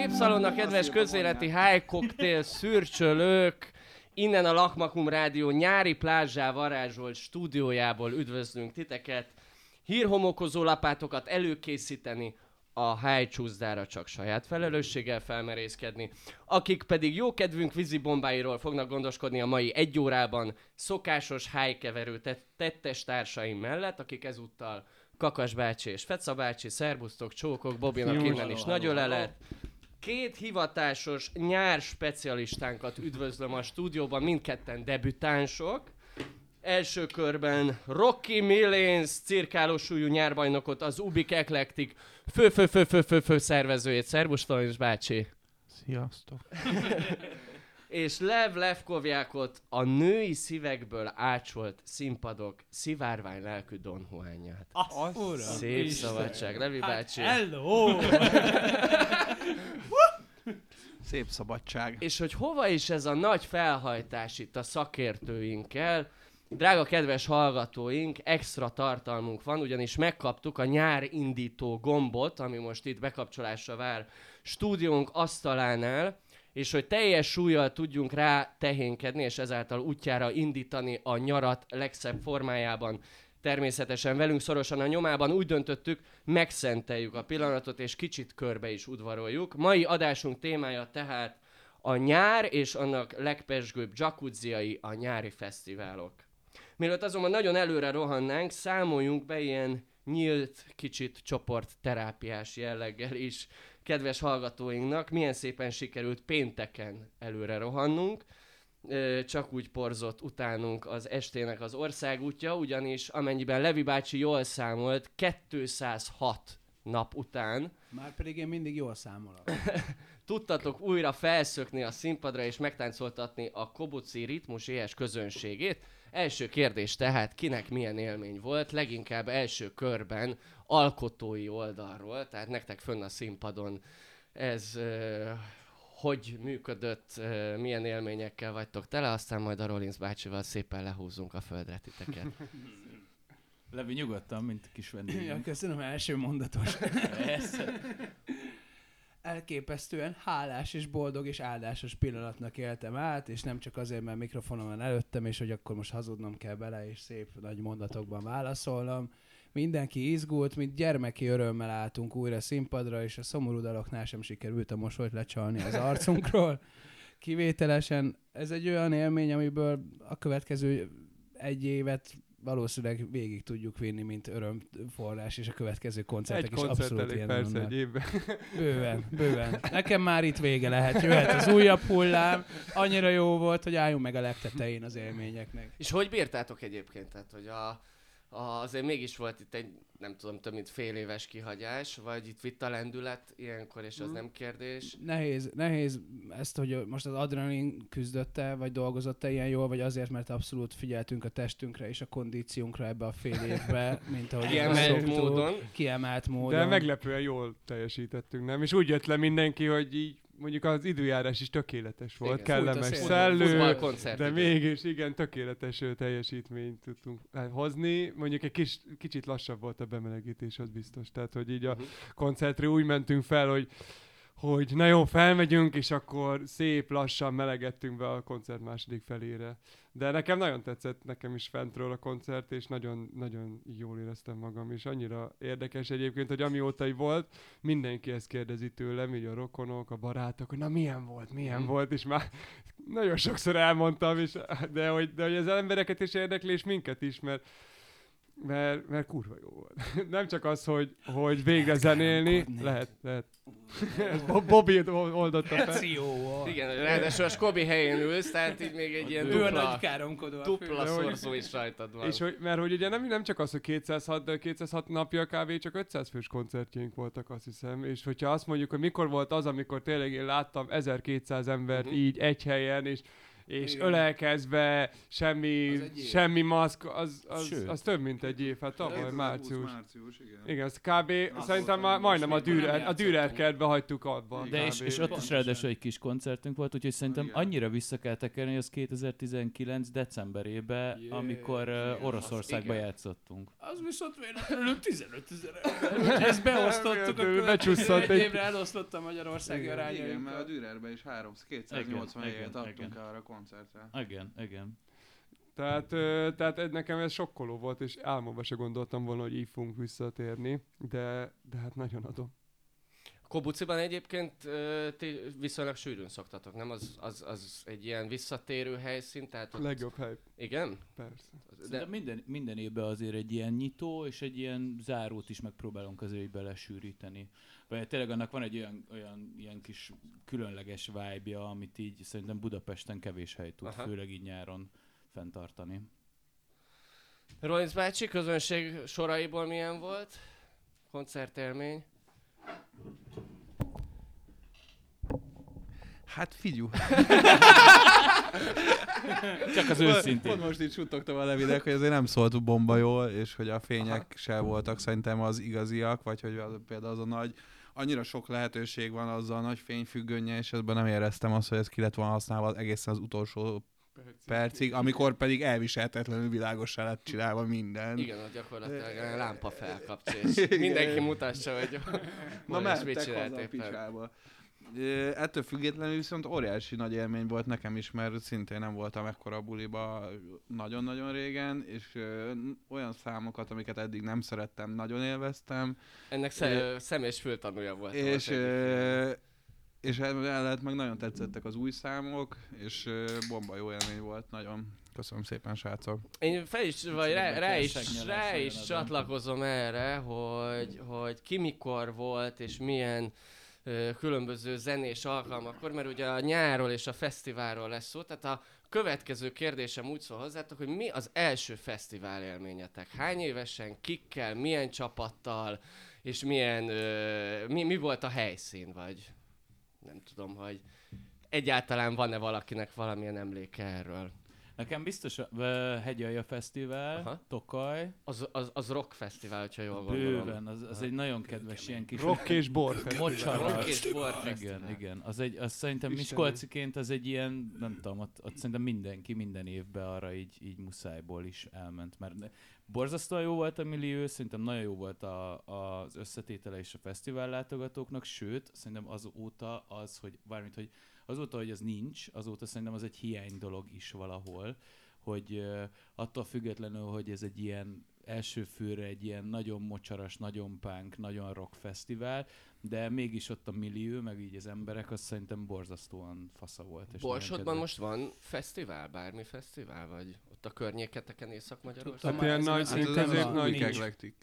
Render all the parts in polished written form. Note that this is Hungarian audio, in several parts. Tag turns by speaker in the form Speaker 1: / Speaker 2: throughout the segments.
Speaker 1: Népszalonna, kedves közéleti high cocktail szürcsölők! Innen a Lakmakum Rádió nyári plázsá varázsolt stúdiójából üdvözlünk titeket. Hírhomokozó lapátokat előkészíteni, a hájcsúszdára csak saját felelősséggel felmerészkedni. Akik pedig jó kedvünk vízibombáiról fognak gondoskodni a mai egy órában szokásos hájkeverő tettes társaim mellett, akik ezúttal Kakas bácsi és Feca bácsi, szerbusztok, csókok, Bobinak innen is nagy ölelet. Két hivatásos nyár specialistánkat üdvözlöm a stúdióban, mindketten debütánsok. Első körben Rocky Millens cirkáló súlyú nyárbajnokot, az Ubik Eclectic fő szervezőjét, szervusz Ferenc bácsi.
Speaker 2: Sziasztok.
Speaker 1: És Lev Levkovjákot, a női szívekből ácsolt színpadok szivárvány lelkű Don Juanját. Szép szabadság, Levi bácsi.
Speaker 3: Hello!
Speaker 2: Szép szabadság.
Speaker 1: És hogy hova is ez a nagy felhajtás itt a szakértőinkkel, drága kedves hallgatóink, extra tartalmunk van, ugyanis megkaptuk a nyárindító gombot, ami most itt bekapcsolásra vár stúdiónk asztalánál, és hogy teljes súllyal tudjunk rá tehénkedni, és ezáltal útjára indítani a nyarat legszebb formájában, természetesen velünk szorosan a nyomában, úgy döntöttük, megszenteljük a pillanatot, és kicsit körbe is udvaroljuk. Mai adásunk témája tehát a nyár, és annak legpezsgőbb dzsakuzziai, a nyári fesztiválok. Mielőtt azonban nagyon előre rohannánk, számoljunk be ilyen nyílt, kicsit csoportterápiás jelleggel is kedves hallgatóinknak, milyen szépen sikerült pénteken előre rohannunk. Csak úgy porzott utánunk az estének az országútja, ugyanis amennyiben Levi bácsi jól számolt, 206 nap után
Speaker 3: Már pedig én mindig jól számolok.
Speaker 1: tudtatok újra felszökni a színpadra és megtáncoltatni a Kobuci ritmus éhes közönségét. Első kérdés tehát, kinek milyen élmény volt, leginkább első körben alkotói oldalról, tehát nektek fönn a színpadon ez hogy működött, milyen élményekkel vagytok tele, aztán majd a Rollins bácsival szépen lehúzunk a földre titeket.
Speaker 4: Levi, nyugodtan, mint kis vendég.
Speaker 3: Ja, köszönöm, első mondatos. Elképesztően hálás és boldog és áldásos pillanatnak éltem át, és nem csak azért, mert mikrofonom van előttem, és hogy akkor most hazudnom kell bele, és szép nagy mondatokban válaszolnom. Mindenki izgult, mint gyermeki örömmel álltunk újra színpadra, és a szomorú daloknál sem sikerült a mosolyt lecsalni az arcunkról. Kivételesen ez egy olyan élmény, amiből a következő egy évet valószínűleg végig tudjuk vinni, mint örömforrás, és a következő koncertek is abszolút ilyen
Speaker 2: persze egy évben.
Speaker 3: Bőven. Nekem már itt vége lehet, jöhet az újabb hullám. Annyira jó volt, hogy álljunk meg a legtetején az élményeknek.
Speaker 1: És hogy bírtátok egyébként? Tehát, hogy azért mégis volt itt egy, nem tudom, több mint fél éves kihagyás, vagy itt vitt a lendület ilyenkor, és az nem kérdés.
Speaker 3: Nehéz ezt, hogy most az adrenalin küzdötte, vagy dolgozott-e ilyen jól, vagy azért, mert abszolút figyeltünk a testünkre és a kondíciónkra ebbe a fél évbe, mint ahogy kiemelt módon.
Speaker 2: De meglepően jól teljesítettünk, nem? És úgy jött le mindenki, hogy így mondjuk az időjárás is tökéletes volt, igen, kellemes szellő, de mégis igen, tökéletes teljesítményt tudtunk hozni. Mondjuk egy kicsit lassabb volt a bemelegítés, az biztos. Tehát, hogy így a koncertre úgy mentünk fel, hogy na jó, felmegyünk, és akkor szép lassan melegettünk be a koncert második felére. De nekem nagyon tetszett, nekem is fentről a koncert, és nagyon, nagyon jól éreztem magam, és annyira érdekes egyébként, hogy amióta volt, mindenki ezt kérdezi tőlem, így a rokonok, a barátok, hogy na milyen volt, és már nagyon sokszor elmondtam, és, de hogy az embereket is érdekli, és minket is, mert kurva jó volt. Nem csak az, hogy végre zenélni, lehet. Bobby oldotta fel.
Speaker 1: Igen, ráadásul a Skobi helyén ülsz, tehát így még egy ilyen dupla szorzó is rajtad van.
Speaker 2: És mert hogy ugye nem csak az, hogy 206, de 206 napja kb. Csak 500 fős koncertjeink voltak, azt hiszem. És hogyha azt mondjuk, hogy mikor volt az, amikor tényleg én láttam 1200 embert így egy helyen, és ölelkezve, semmi maszk, az több mint egy év, hát tavaly március. Igen, az kb. Szerintem majdnem a Dürer kertbe hagytuk abban.
Speaker 4: De és ott is ráadásul egy kis koncertünk volt, úgyhogy szerintem annyira vissza kell tekerni, hogy az 2019 decemberében, amikor Oroszországba játszottunk.
Speaker 3: Az viszont véletlenül 15 000 ezt beosztottuk, akkor egy évre elosztotta a magyarországi arányainkat.
Speaker 5: Igen, mert a Dürerbe is 280 évet adtunk arra a koncertre.
Speaker 4: Igen.
Speaker 2: Tehát nekem ez sokkoló volt, és álmomban se gondoltam volna, hogy így fogunk visszatérni, de hát nagyon adom.
Speaker 1: Kobuciban egyébként ti viszonylag sűrűn szoktatok, nem? Az egy ilyen visszatérő helyszín, tehát ott...
Speaker 2: Legjobb hely.
Speaker 1: Igen?
Speaker 2: Persze.
Speaker 4: De minden évben azért egy ilyen nyitó és egy ilyen zárót is megpróbálunk azért így belesűríteni. Vagy tényleg annak van egy olyan kis különleges vibe-ja, amit így szerintem Budapesten kevés hely tud, főleg így nyáron fenntartani.
Speaker 1: Rolinc bácsi, közönség soraiból milyen volt? Koncertélmény?
Speaker 5: Hát figyú.
Speaker 4: Csak az őszintén.
Speaker 5: Pont most így suttogtam a Levinek, hogy azért nem szólt bomba jól, és hogy a fények se voltak szerintem az igaziak, vagy hogy például az a nagy, annyira sok lehetőség van azzal a nagy fényfüggönnye, és ebben nem éreztem azt, hogy ez ki lett volna használva egészen az utolsó percig, amikor pedig elviselhetetlenül világossá lett csinálva minden.
Speaker 1: Igen, gyakorlatilag a lámpa felkapcsés. Mindenki mutassa, hogy mit csinált éppen.
Speaker 5: Ettől függetlenül viszont óriási nagy élmény volt nekem is, mert szintén nem voltam ekkora buliba nagyon-nagyon régen, és olyan számokat, amiket eddig nem szerettem, nagyon élveztem.
Speaker 1: Ennek személyes föltanúja volt.
Speaker 5: És emellett meg nagyon tetszettek az új számok, és bomba jó élmény volt, nagyon. Köszönöm szépen, srácok.
Speaker 1: Én rá is csatlakozom erre, hogy ki mikor volt, és milyen különböző zenés alkalmakkor, mert ugye a nyárról és a fesztiválról lesz szó, tehát a következő kérdésem úgy szól hozzátok, hogy mi az első fesztivál élményetek? Hány évesen, kikkel, milyen csapattal, és milyen, mi volt a helyszín, vagy nem tudom, hogy egyáltalán van-e valakinek valamilyen emléke erről?
Speaker 4: Nekem biztos Hegyalja Fesztivál, Tokaj.
Speaker 1: Az rock fesztivál, hogyha jól gondolom.
Speaker 4: Bőven, az egy nagyon kedves ilyen kis...
Speaker 2: Rock és bor
Speaker 4: fesztivál.
Speaker 1: Rock és bor fesztivál.
Speaker 4: Igen. Az szerintem miskolciként az egy ilyen, nem tudom, ott szerintem mindenki minden évben arra így muszájból is elment. Mert borzasztóan jó volt a millió, szerintem nagyon jó volt az összetétele is a fesztivál látogatóknak, sőt, szerintem azóta az, hogy bármit, hogy azóta, hogy ez nincs, azóta szerintem az egy hiány dolog is valahol, hogy attól függetlenül, hogy ez egy ilyen első főre egy ilyen nagyon mocsaras, nagyon punk, nagyon rock fesztivál, de mégis ott a millió, meg így az emberek, az szerintem borzasztóan fasza volt.
Speaker 1: Borsodban most van fesztivál? Bármi fesztivál? Vagy ott a környéketeken Észak-Magyarországon?
Speaker 2: Hát ilyen nagy szintezők, nagy
Speaker 5: eklektik.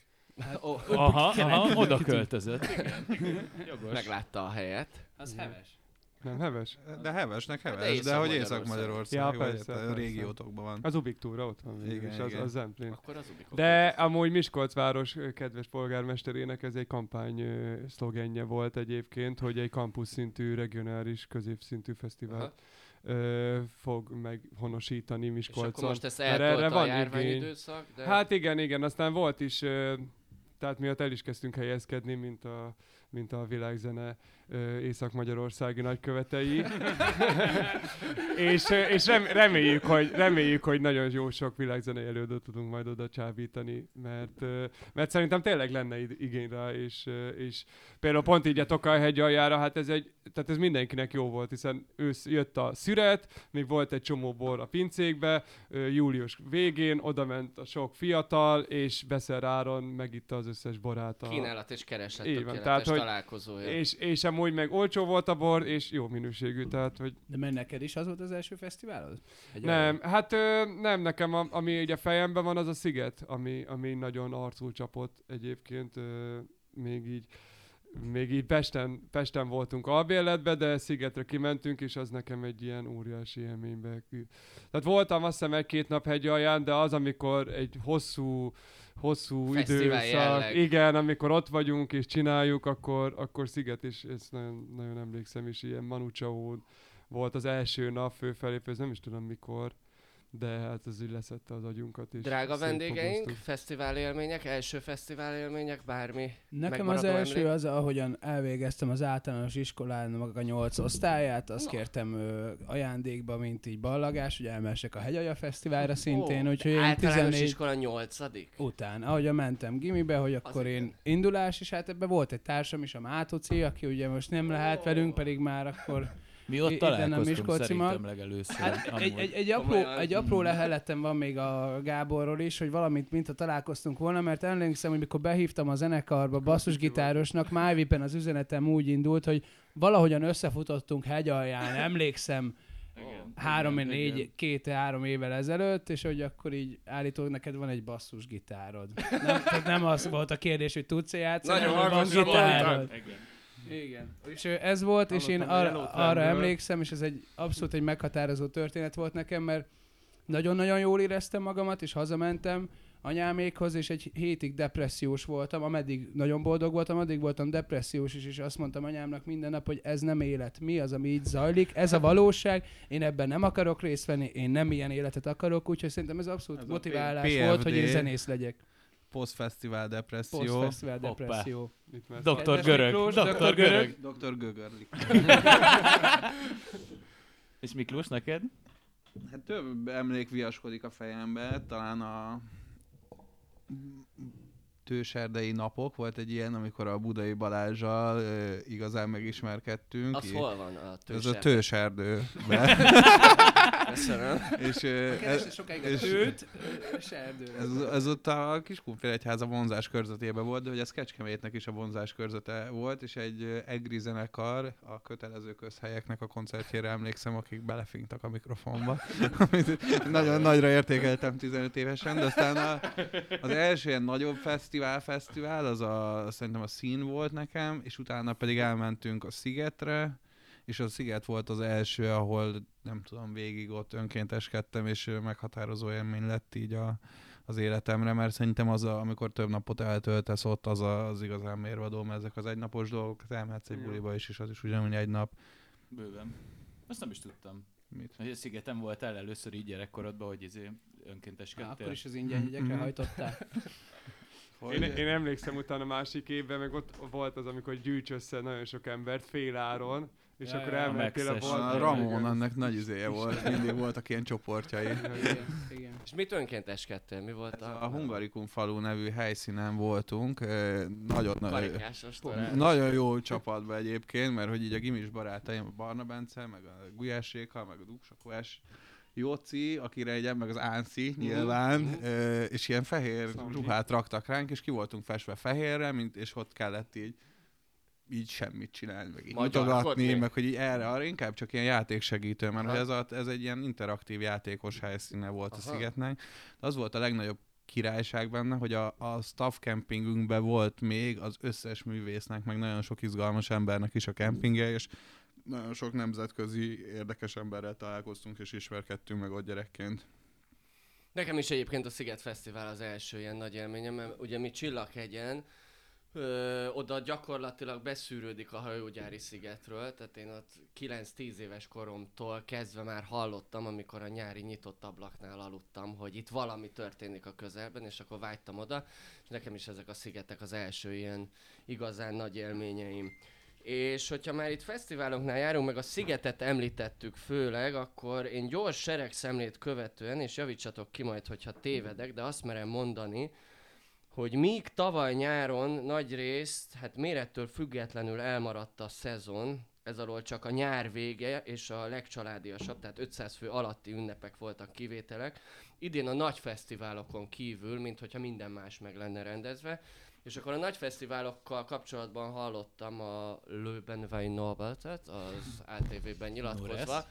Speaker 4: Aha, oda költözött.
Speaker 1: Meglátta a helyet.
Speaker 3: Az heves.
Speaker 2: Nem heves?
Speaker 5: De hevesnek heves, de hogy Észak-Magyarország, vagy a régiótokban van.
Speaker 2: Az Ubik túra ott van, és az Zemplén.
Speaker 1: Akkor az Ubik.
Speaker 2: De amúgy Miskolcváros kedves polgármesterének ez egy kampány szlogenje volt egyébként, hogy egy kampusz szintű, regionális, középszintű fesztivált fog meghonosítani Miskolcon.
Speaker 1: És akkor most ezt eltolta a járványidőszak? De...
Speaker 2: Hát igen, aztán volt is, tehát miatt el is kezdtünk helyezkedni, mint a világzene észak-magyarországi nagykövetei. és reméljük, hogy nagyon jó sok világzenei előadót tudunk majd oda csábítani, mert szerintem tényleg lenne igény rá, és például pont így a Tokaj-hegyaljára, hát ez mindenkinek jó volt, hiszen jött a szüret, még volt egy csomó bor a pincékbe, július végén odament a sok fiatal, és Beszer áron megitta az összes borát.
Speaker 1: Kínálat és kereslet tökéletes találkozója.
Speaker 2: És amúgy meg olcsó volt a bor, és jó minőségű, tehát hogy...
Speaker 3: De mert neked is az volt az első fesztiválod?
Speaker 2: Nem, hát nem, nekem ami ugye a fejemben van, az a Sziget, ami nagyon arcul csapott egyébként, még így Pesten voltunk albérletben, de Szigetre kimentünk, és az nekem egy ilyen óriási élménybe. Tehát voltam azt hiszem 1-2 nap Hegyalján, de az, amikor egy hosszú időszak, jelleg. Igen, amikor ott vagyunk és csináljuk, akkor Sziget is, ezt nagyon, nagyon emlékszem is, ilyen Manu Chao volt az első nap főfelépő, nem is tudom mikor, de hát az úgy leszette az agyunkat. És
Speaker 1: drága vendégeink, fesztivál élmények, első fesztivál élmények, bármi.
Speaker 3: Nekem az első emlék? Az, ahogyan elvégeztem az általános iskolán maga a 8 osztályát, azt kértem ajándékba, mint így ballagás, hogy elmessek a Hegyalja Fesztiválra szintén, úgyhogy én
Speaker 1: általános iskola 8.
Speaker 3: után, ahogyan mentem gimibe, hogy akkor én indulás, és hát ebben volt egy társam is, a Mátoci, aki ugye most nem lehet velünk, pedig már akkor
Speaker 4: mi ott találkoztunk szerintem legelőször.
Speaker 3: Hát egy apró leheletem van még a Gáborról is, hogy valamint mintha találkoztunk volna, mert emlékszem, hogy mikor behívtam a zenekarba basszusgitárosnak, Májvipen az üzenetem úgy indult, hogy valahogyan összefutottunk Hegyalján, emlékszem, 2-3 évvel ezelőtt, és hogy akkor így állítólag neked van egy basszusgitárod. Nem az volt a kérdés, hogy tudsz játszani,
Speaker 1: nagyon van gitárod.
Speaker 3: Igen. És ez volt, és én arra emlékszem, és ez abszolút egy meghatározó történet volt nekem, mert nagyon-nagyon jól éreztem magamat, és hazamentem anyámékhoz, és egy hétig depressziós voltam, ameddig nagyon boldog voltam, addig voltam depressziós is, és azt mondtam anyámnak minden nap, hogy ez nem élet. Mi az, ami így zajlik? Ez a valóság, én ebben nem akarok részt venni, én nem ilyen életet akarok, úgyhogy szerintem ez abszolút motiválás volt, hogy én zenész legyek.
Speaker 5: Posztfesztivál depresszió.
Speaker 4: Doktor Görög. Doktor Görög.
Speaker 5: Doktor Gögörlik.
Speaker 4: És Miklós, neked?
Speaker 5: Hát több emlék viaskodik a fejembe, talán a tőserdei napok volt egy ilyen, amikor a Budai Balázsral igazán megismerkedtünk.
Speaker 1: Az hol van a tőserdő?
Speaker 5: Ez a tőserdőben.
Speaker 1: Köszönöm.
Speaker 5: Ez ott a Kiskunfélegyháza vonzás körzetében volt, de hogy ez Kecskemétnek is a vonzás körzete volt, és egy egri zenekar a kötelező közhelyeknek a koncertjére emlékszem, akik belefinktak a mikrofonba. Nagyon nagyra értékeltem 15 évesen, de aztán az első ilyen nagyobb fesztivál, az szerintem a Szín volt nekem, és utána pedig elmentünk a Szigetre, és a Sziget volt az első, ahol nem tudom, végig ott önkénteskedtem, és meghatározó élmény lett így az életemre, mert szerintem amikor több napot eltöltesz ott, az igazán mérvadó, mert ezek az egynapos dolgok, elmehetsz egy buliba is, és az is ugyanúgy egy nap.
Speaker 4: Bőven. Azt nem is tudtam.
Speaker 5: Mit?
Speaker 4: Hogy a Szigeten voltál először így gyerekkorodban, hogy önkénteskedtél.
Speaker 3: Akkor is az ingyen jegyekre hajtottál.
Speaker 2: Én emlékszem utána a másik évben, meg ott volt az, amikor gyűjts össze nagyon sok embert fél áron, és akkor elmentél
Speaker 5: a Ramon, annak nagy üzéje volt, mindig voltak ilyen csoportjai.
Speaker 3: Igen.
Speaker 1: És mit önkénteskedtél? Mi volt
Speaker 5: a Hungarikum falu nevű helyszínen voltunk. Nagyon jó csapatban egyébként, mert hogy így a gimis barátaim, a Barna Bence, meg a Gulyás Réka, meg a Duksakvás Jóci, akire egy meg az Ánszi nyilván, és ilyen fehér ruhát raktak ránk, és ki voltunk festve fehérre, és ott kellett így semmit csinálni, meg így mutogatni, meg hogy így arra inkább csak ilyen játéksegítő, mert hogy ez egy ilyen interaktív játékos helyszíne volt a Szigetnek. De az volt a legnagyobb királyság benne, hogy a staff campingünkben volt még az összes művésznek, meg nagyon sok izgalmas embernek is a kempingje, és nagyon sok nemzetközi érdekes emberrel találkoztunk, és ismerkedtünk meg ott gyerekként.
Speaker 1: Nekem is egyébként a Sziget Fesztivál az első ilyen nagy élményem, mert ugye mi Csillaghegyen, oda gyakorlatilag beszűrődik a hajógyári szigetről, tehát én ott 9-10 éves koromtól kezdve már hallottam, amikor a nyári nyitott ablaknál aludtam, hogy itt valami történik a közelben, és akkor vágytam oda, és nekem is ezek a szigetek az első ilyen igazán nagy élményeim. És hogyha már itt fesztiváloknál járunk, meg a Szigetet említettük főleg, akkor én gyors seregszemlét követően, és javítsatok ki majd, hogyha tévedek, de azt merem mondani, hogy míg tavaly nyáron nagy részt, hát mérettől függetlenül elmaradt a szezon, ez alól csak a nyár vége és a legcsaládiasabb, tehát 500 fő alatti ünnepek voltak kivételek. Idén a nagy fesztiválokon kívül, mint hogyha minden más meg lenne rendezve, és akkor a nagy fesztiválokkal kapcsolatban hallottam a Löwenwein Norbertet, az ATV-ben nyilatkozva,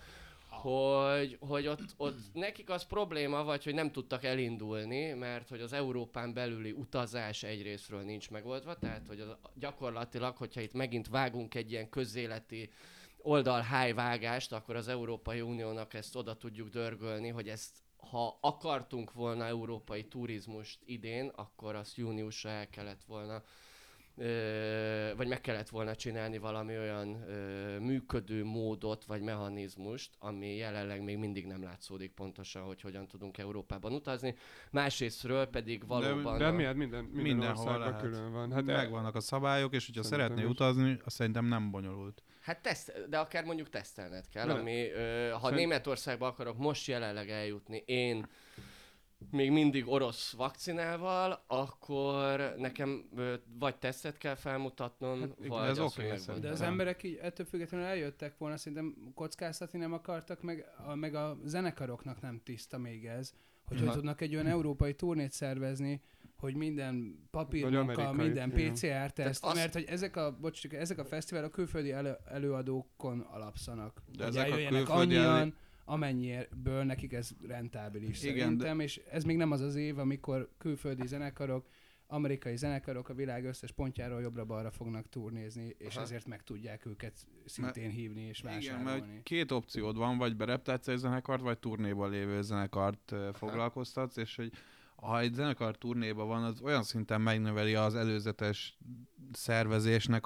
Speaker 1: hogy ott nekik az probléma, vagy hogy nem tudtak elindulni, mert hogy az Európán belüli utazás egyrészről nincs megoldva, tehát hogy gyakorlatilag, hogyha itt megint vágunk egy ilyen közéleti oldalhájvágást, akkor az Európai Uniónak ezt oda tudjuk dörgölni, hogy ezt ha akartunk volna európai turizmust idén, akkor azt júniusra el kellett volna vagy meg kellett volna csinálni valami olyan működő módot, vagy mechanizmust, ami jelenleg még mindig nem látszódik pontosan, hogy hogyan tudunk Európában utazni. Másrésztről pedig valóban...
Speaker 2: De miért minden országban külön van?
Speaker 5: Hát megvannak a szabályok, és hogyha szeretnél utazni, azt szerintem nem bonyolult.
Speaker 1: Hát de akár mondjuk tesztelned kell, ami, ha Németországba akarok most jelenleg eljutni, én még mindig orosz vakcinával, akkor nekem vagy tesztet kell felmutatnom, vagy
Speaker 5: ez
Speaker 1: az,
Speaker 3: De az emberek így ettől függetlenül eljöttek volna, szerintem kockáztatni nem akartak, meg a zenekaroknak nem tiszta még ez, hogy tudnak egy olyan európai turnét szervezni, hogy minden papírmunka, minden PCR-teszt, mert hogy ezek a fesztiválok külföldi előadókon alapszanak.
Speaker 5: De
Speaker 3: hogy
Speaker 5: ezek
Speaker 3: eljöjjenek annyian, amennyiből nekik ez rentábilis szerintem, és ez még nem az az év, amikor külföldi zenekarok, amerikai zenekarok a világ összes pontjáról jobbra-balra fognak turnézni, és ezért meg tudják őket szintén hívni és vásárolni.
Speaker 5: Igen, mert 2 opciód van, vagy bereptetsz egy zenekart, vagy turnéban lévő zenekart foglalkoztatsz, és hogy ha egy zenekar turnéban van, az olyan szinten megnöveli az előzetes szervezésnek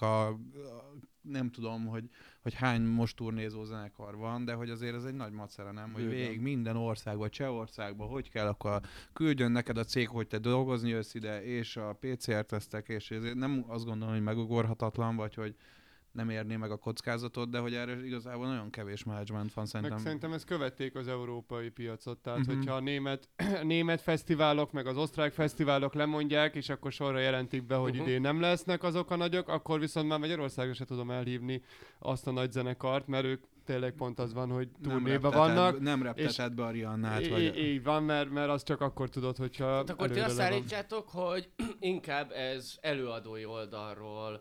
Speaker 5: nem tudom, hogy hány most turnézó zenekar van, de hogy azért ez egy nagy macera, nem? Hogy végig minden országban, Csehországban, hogy kell, akkor küldjön neked a cég, hogy te dolgozni jössz ide, és a PCR-tesztek, és ezért nem azt gondolom, hogy megugorhatatlan, vagy hogy nem érné meg a kockázatot, de hogy erre igazából nagyon kevés menedzsment van szerintem.
Speaker 2: Meg szerintem ezt követték az európai piacot, tehát hogyha a német fesztiválok, meg az osztrák fesztiválok lemondják, és akkor sorra jelentik be, hogy idén nem lesznek azok a nagyok, akkor viszont már Magyarországra se tudom elhívni azt a nagy zenekart, mert ők tényleg pont az van, hogy turnéba vannak.
Speaker 5: Nem repteted be a Rihannát.
Speaker 2: Így van, mert az csak akkor tudod, hogyha
Speaker 1: hát akkor ti azt állítjátok, hogy inkább ez előadói oldalról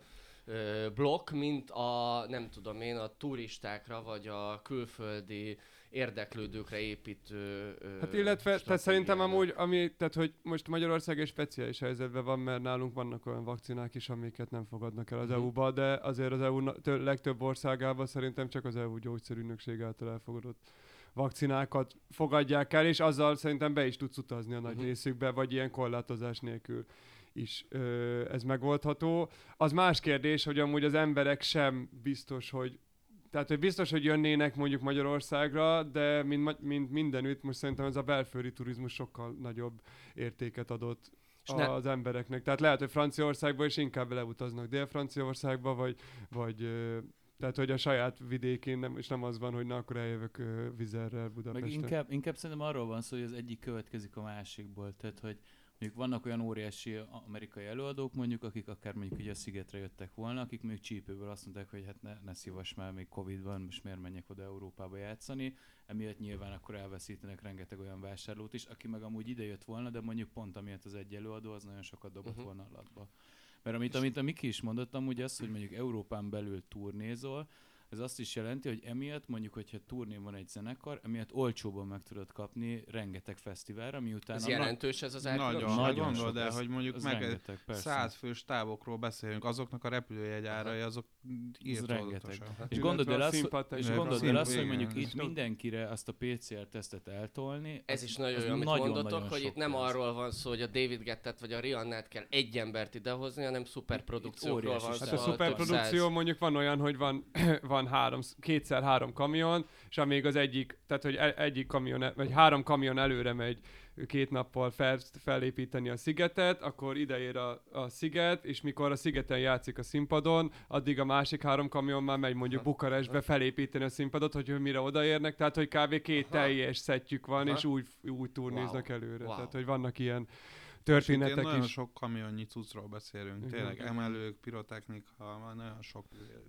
Speaker 1: blokk, mint nem tudom én, a turistákra, vagy a külföldi érdeklődőkre építő
Speaker 2: hát illetve, tehát szerintem amúgy, tehát hogy most Magyarország egy speciális helyzetben van, mert nálunk vannak olyan vakcinák is, amiket nem fogadnak el az EU-ba, de azért az EU legtöbb országában szerintem csak az EU gyógyszerügynökség által elfogadott vakcinákat fogadják el, és azzal szerintem be is tudsz utazni a nagy részükbe, vagy ilyen korlátozás nélkül is ez megoldható. Az más kérdés, hogy amúgy az emberek sem biztos, hogy biztos, hogy jönnének mondjuk Magyarországra, de mint mindenütt, most szerintem ez a belföldi turizmus sokkal nagyobb értéket adott az embereknek. Tehát lehet, hogy Franciaországba is inkább leutaznak Dél-Franciaországba, vagy tehát, hogy a saját vidékén nem, és nem az van, hogy na, akkor eljövök Vizerrel Budapesten.
Speaker 4: Meg inkább szerintem arról van szó, hogy az egyik következik a másikból. Tehát, hogy mondjuk vannak olyan óriási amerikai előadók mondjuk, akik akár mondjuk ugye a Szigetre jöttek volna, akik mondjuk csípőből azt mondták, hogy hát ne szívass már, még Covid van, most miért menjek oda Európába játszani. Emiatt nyilván akkor elveszítenek rengeteg olyan vásárlót is, aki meg amúgy ide jött volna, de mondjuk pont amiatt az egy előadó, az nagyon sokat dobott volna alatba. Mert amit a Miki is mondott, amúgy az, hogy mondjuk Európán belül turnézol, ez azt is jelenti, hogy emiatt mondjuk, hogyha turnén van egy zenekar, emiatt olcsóban meg tudod kapni rengeteg fesztiválra, miután...
Speaker 1: Ez jelentős ez az
Speaker 5: árkülönbség? Nagyon gondol, de hogy mondjuk meg 100 fős távokról beszélünk, azoknak a repülőjegy árai azok írtózatosak.
Speaker 4: És gondold el azt, hogy mondjuk itt mindenkire azt a PCR-tesztet eltolni.
Speaker 1: Ez is nagyon jó, amit mondotok, hogy itt nem arról van szó, hogy a David Guettet vagy a Rihannát kell egy embert idehozni, hanem szuperprodukciókról van szó.
Speaker 2: Hát a szuperprodukció mondjuk van olyan, hogy van 2x3 kamion, és amíg az egyik, tehát hogy egyik kamion, vagy 3 kamion előre megy 2 nappal felépíteni a szigetet, akkor ideér a sziget, és mikor a szigeten játszik a színpadon, addig a másik 3 kamion már megy mondjuk Bukarestbe felépíteni a színpadot, hogy mire odaérnek, tehát hogy kb. 2 teljes szettjük van, és úgy turnéznak előre. Tehát, hogy vannak ilyen történetek is.
Speaker 5: Nagyon sok kamionnyi cuccról beszélünk, tényleg emelők, pirotechnika, nagyon sok.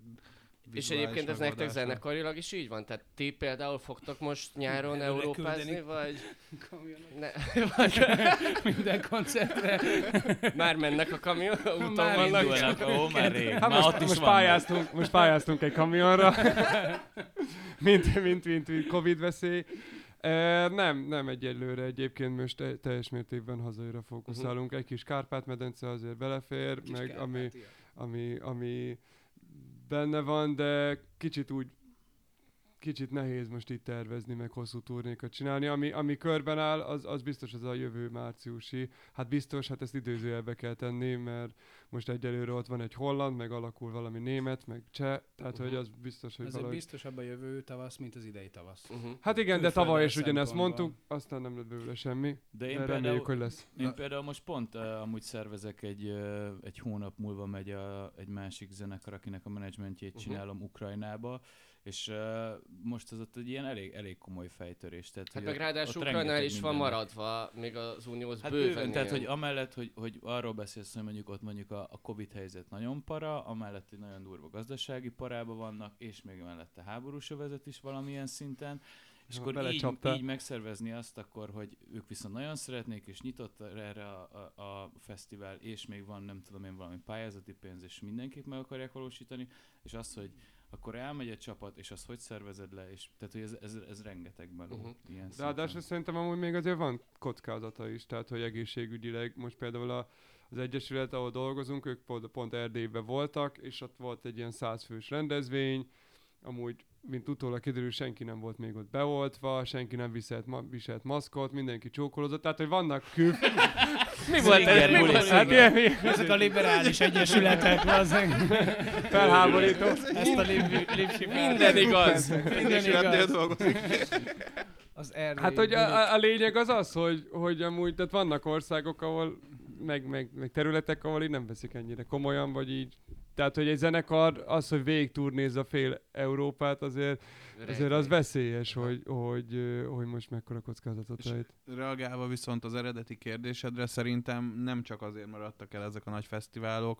Speaker 1: És egyébként ez nektek zenekarilag is így van? Tehát ti például fogtok most nyáron európázni, vagy...
Speaker 3: Minden koncertre.
Speaker 1: Már mennek a kamion, úton
Speaker 4: vannak. Már rég.
Speaker 2: Most pályáztunk egy kamionra, mint Covid veszély. Nem egyelőre egyébként most teljes mértékben hazajöre fókuszálunk. Egy kis Kárpát-medence azért belefér, meg ami benne van, de kicsit nehéz most itt tervezni, meg hosszú turnékat csinálni. Ami körben áll, az biztos az a jövő márciusi. Hát biztos, hát ezt időzőjelbe kell tenni, mert most egyelőre ott van egy holland, meg alakul valami német, meg cseh, tehát hogy az biztos, hogy
Speaker 3: valahogy... biztosabb a jövő tavasz, mint az idei tavasz.
Speaker 2: Hát igen, de tavaly is ugyanezt mondtuk, aztán nem lett belőle semmi.
Speaker 4: De én
Speaker 2: reméljük, hogy lesz.
Speaker 4: Én például most pont amúgy szervezek egy hónap múlva megy egy másik zenekar, akinek a menedzsmentjét csinálom Ukrajnába, és most az ott egy ilyen elég komoly fejtörés. Tehát,
Speaker 1: hát meg ráadásul Ukrajnál is van maradva, még az unióhoz
Speaker 4: hát
Speaker 1: bőven.
Speaker 4: Tehát, hogy amellett, hogy arról beszélsz, hogy mondjuk ott mondjuk a Covid helyzet nagyon para, amellett egy nagyon durva gazdasági parában vannak, és még mellette háborús övezet is valamilyen szinten, és akkor így megszervezni azt akkor, hogy ők viszont nagyon szeretnék, és nyitott erre a fesztivál, és még van, nem tudom én, valami pályázati pénz, és mindenképp meg akarják valósítani, és az, hogy akkor elmegy egy csapat, és azt hogy szervezed le, és tehát, hogy ez rengeteg belül. Ilyen
Speaker 2: de ráadásul szerintem amúgy még azért van kockázata is, tehát, hogy egészségügyileg, most például az Egyesület, ahol dolgozunk, ők pont Erdélyben voltak, és ott volt egy ilyen 100 fős rendezvény, amúgy, mint utólag kiderül, senki nem volt még ott beoltva, senki nem viselt maszkot, mindenki csókolózott, tehát, hogy vannak
Speaker 3: Mi volt ez? Hát ezek a liberális egyesületek,
Speaker 2: felháborító.
Speaker 3: Ezt a lipsi
Speaker 1: minden igaz.
Speaker 3: Minden igaz.
Speaker 2: Hát, hogy a lényeg az, hogy amúgy, tehát vannak országok, ahol meg területek, ahol így nem veszik ennyire komolyan, vagy így. Tehát, hogy egy zenekar az, hogy végig turnézza fél Európát, azért az veszélyes, hogy most mekkora kockázatot rejt.
Speaker 5: Reagálva viszont az eredeti kérdésedre, szerintem nem csak azért maradtak el ezek a nagy fesztiválok,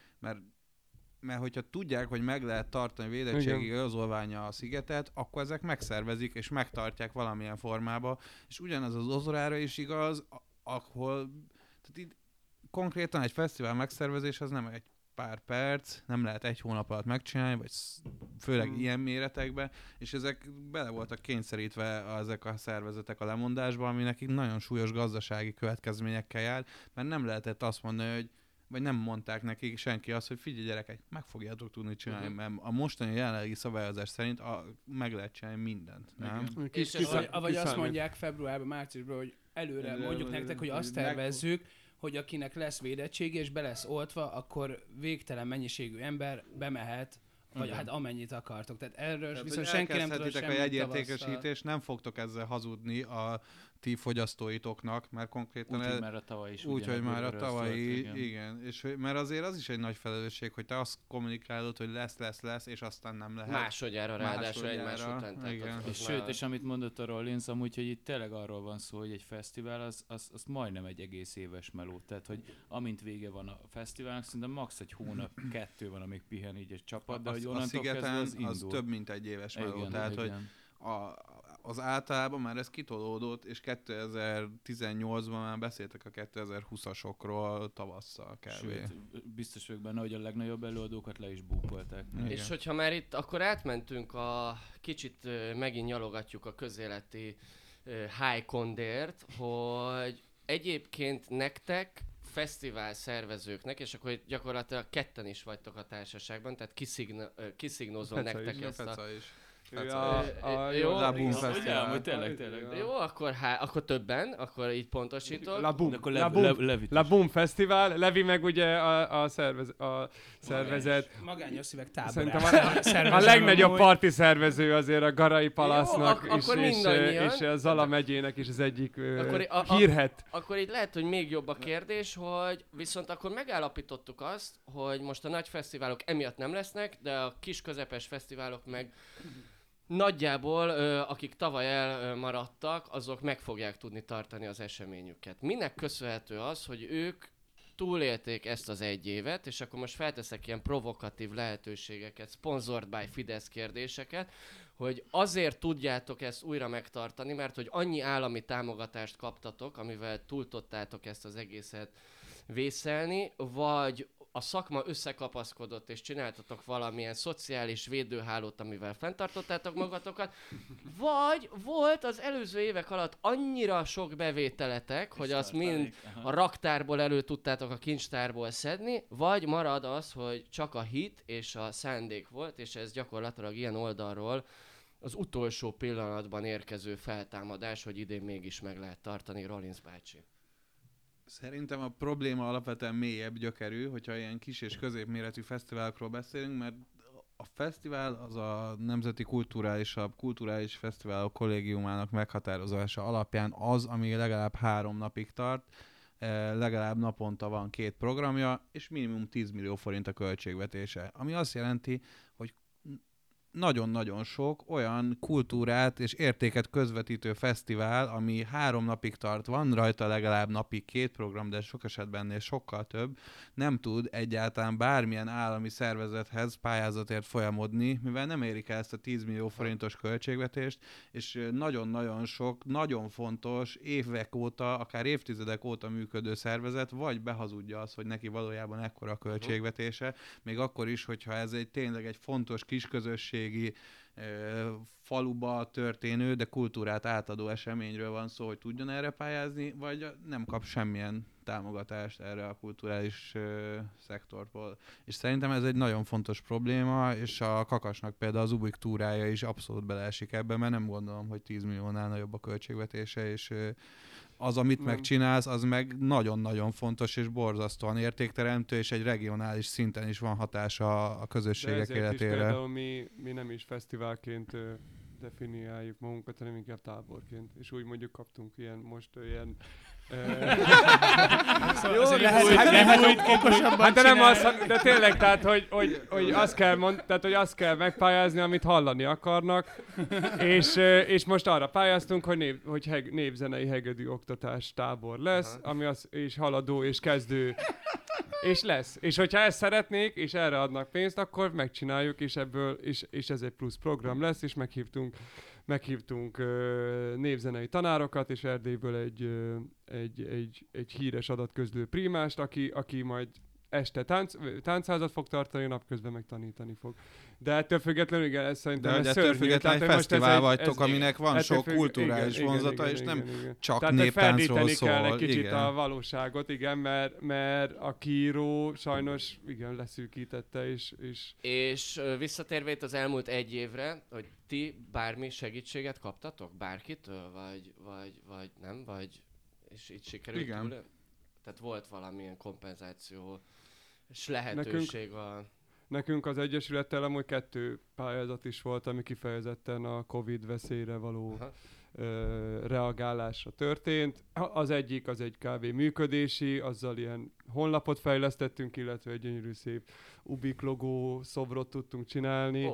Speaker 5: mert hogyha tudják, hogy meg lehet tartani védettségi igazolványa a szigetet, akkor ezek megszervezik és megtartják valamilyen formába, és ugyanez az Ozorára is igaz, ahol tehát itt konkrétan egy fesztivál megszervezés az nem egy pár perc, nem lehet egy hónap alatt megcsinálni, vagy főleg ilyen méretekben, és ezek bele voltak kényszerítve ezek a szervezetek a lemondásba, ami nekik nagyon súlyos gazdasági következményekkel jár, mert nem lehetett azt mondani, vagy nem mondták nekik senki azt, hogy figyelj gyerekek, meg fogjátok tudni csinálni, mert a mostani jelenlegi szabályozás szerint meg lehet csinálni mindent, nem?
Speaker 3: Vagy azt mondják februárban, márciusban, hogy előre mondjuk nektek, hogy azt tervezzük, hogy akinek lesz védettség és be lesz oltva, akkor végtelen mennyiségű ember bemehet, vagy hát amennyit akartok. Tehát erről viszont senki nem tud semmit
Speaker 5: a jegyértékesítést, nem fogtok ezzel hazudni a ti fogyasztóitoknak, mert konkrétan...
Speaker 4: Úgyhogy már a tavaly is.
Speaker 5: Úgyhogy már a tavalyi, igen. És mert azért az is egy nagy felelősség, hogy te azt kommunikálod, hogy lesz, és aztán nem lehet.
Speaker 1: Másodjára ráadásul egymás után.
Speaker 4: Sőt, és amit mondott a Rollins, amúgy, hogy itt tényleg arról van szó, hogy egy fesztivál az majdnem egy egész éves meló. Tehát, hogy amint vége van a fesztiválnak, szerintem max. Egy hónap, 2 van, amíg pihen így egy csapat, de hogy onnantól kezdve az indul.
Speaker 5: Az több, mint egy éves meló. Tehát, hogy az általában már ez kitolódott, és 2018-ban már beszéltek a 2020-asokról tavasszal kb.
Speaker 4: Sőt, biztos vagyok benne, hogy a legnagyobb előadókat le is búkolták.
Speaker 1: És hogyha már itt, akkor átmentünk kicsit megint nyalogatjuk a közéleti high kondért, hogy egyébként nektek fesztivál szervezőknek, és akkor gyakorlatilag ketten is vagytok a társaságban, tehát kiszignózom nektek ezt a...
Speaker 5: Jó, La Boom Fesztivál.
Speaker 4: Tényleg.
Speaker 1: Jó, akkor többen, akkor így pontosítok.
Speaker 2: La Boom Fesztivál, Levi meg ugye a szervezet.
Speaker 3: Magányos szívek táborát.
Speaker 2: Szerintem a legnagyobb parti szervező azért a Garai Palasznak és a Zala megyének is az egyik hírhet.
Speaker 1: Akkor így lehet, hogy még jobb a kérdés, hogy viszont akkor megállapítottuk azt, hogy most a nagy fesztiválok emiatt nem lesznek, de a kis közepes fesztiválok meg nagyjából, akik tavaly elmaradtak, azok meg fogják tudni tartani az eseményüket. Minek köszönhető az, hogy ők túlélték ezt az egy évet, és akkor most felteszek ilyen provokatív lehetőségeket, sponsored by Fidesz kérdéseket, hogy azért tudjátok ezt újra megtartani, mert hogy annyi állami támogatást kaptatok, amivel túltottátok ezt az egészet vészelni, vagy a szakma összekapaszkodott, és csináltatok valamilyen szociális védőhálót, amivel fenntartottátok magatokat, vagy volt az előző évek alatt annyira sok bevételetek, hogy azt mind a raktárból elő tudtátok a kincstárból szedni, vagy marad az, hogy csak a hit és a szándék volt, és ez gyakorlatilag ilyen oldalról az utolsó pillanatban érkező feltámadás, hogy idén mégis meg lehet tartani, Rollins bácsi?
Speaker 5: Szerintem a probléma alapvetően mélyebb gyökerű, hogyha ilyen kis és középméretű fesztiválokról beszélünk, mert a fesztivál az a Nemzeti Kulturális Fesztiválok Kollégiumának meghatározása alapján az, ami legalább 3 napig tart, legalább naponta van 2 programja, és minimum 10 millió forint a költségvetése. Ami azt jelenti, hogy nagyon-nagyon sok olyan kultúrát és értéket közvetítő fesztivál, ami 3 napig tart, van rajta legalább napi 2 program, de sok esetben ennél sokkal több, nem tud egyáltalán bármilyen állami szervezethez pályázatért folyamodni, mivel nem érik el ezt a 10 millió forintos költségvetést, és nagyon-nagyon sok, nagyon fontos, évek óta, akár évtizedek óta működő szervezet, vagy behazudja azt, hogy neki valójában ekkora a költségvetése, még akkor is, hogyha ez tényleg egy fontos kisközösség, faluba történő, de kultúrát átadó eseményről van szó, hogy tudjon erre pályázni, vagy nem kap semmilyen támogatást erre a kulturális szektorból. És szerintem ez egy nagyon fontos probléma, és a Kakasnak például az Ubik túrája is abszolút beleesik ebbe, mert nem gondolom, hogy 10 milliónál nagyobb a költségvetése, és az, amit megcsinálsz, az meg nagyon-nagyon fontos és borzasztóan értékteremtő, és egy regionális szinten is van hatása a közösségek életére.
Speaker 2: De ezért is például mi nem is fesztiválként definiáljuk magunkat, hanem inkább táborként. És úgy mondjuk kaptunk ilyen
Speaker 3: Jó, lehet okosabban
Speaker 2: hát de nem az, de tényleg, tehát, hogy azt kell megpályázni, amit hallani akarnak, és most arra pályáztunk, hogy népzenei hegedű oktatás tábor lesz, ami és haladó, és kezdő, és lesz. És hogyha ezt szeretnék, és erre adnak pénzt, akkor megcsináljuk, és ez egy plusz program lesz, és meghívtunk névzenei tanárokat, és Erdélyből egy híres adatközlő primást, aki majd este táncházat fog tartani, napközben meg tanítani fog. De ettől függetlenül, igen, ez szerintem ez szörnyű.
Speaker 5: De ettől függetlenül egy fesztivál vagytok, aminek van sok kulturális vonzata, és nem csak
Speaker 2: tehát
Speaker 5: néptáncról szól.
Speaker 2: Kell egy kicsit a valóságot, igen, mert a kiíró sajnos igen leszűkítette,
Speaker 1: És visszatérve itt az elmúlt 1 évre, hogy ti bármi segítséget kaptatok bárkitől, vagy nem, vagy és így sikerült túl? Tehát volt valamilyen kompenzáció és lehetőség
Speaker 2: Nekünk az Egyesülettel amúgy 2 pályázat is volt, ami kifejezetten a Covid veszélyre való reagálásra történt. Az egyik az egy kb. Működési, azzal ilyen honlapot fejlesztettünk, illetve egy gyönyörű szép Ubik logó szobrot tudtunk csinálni.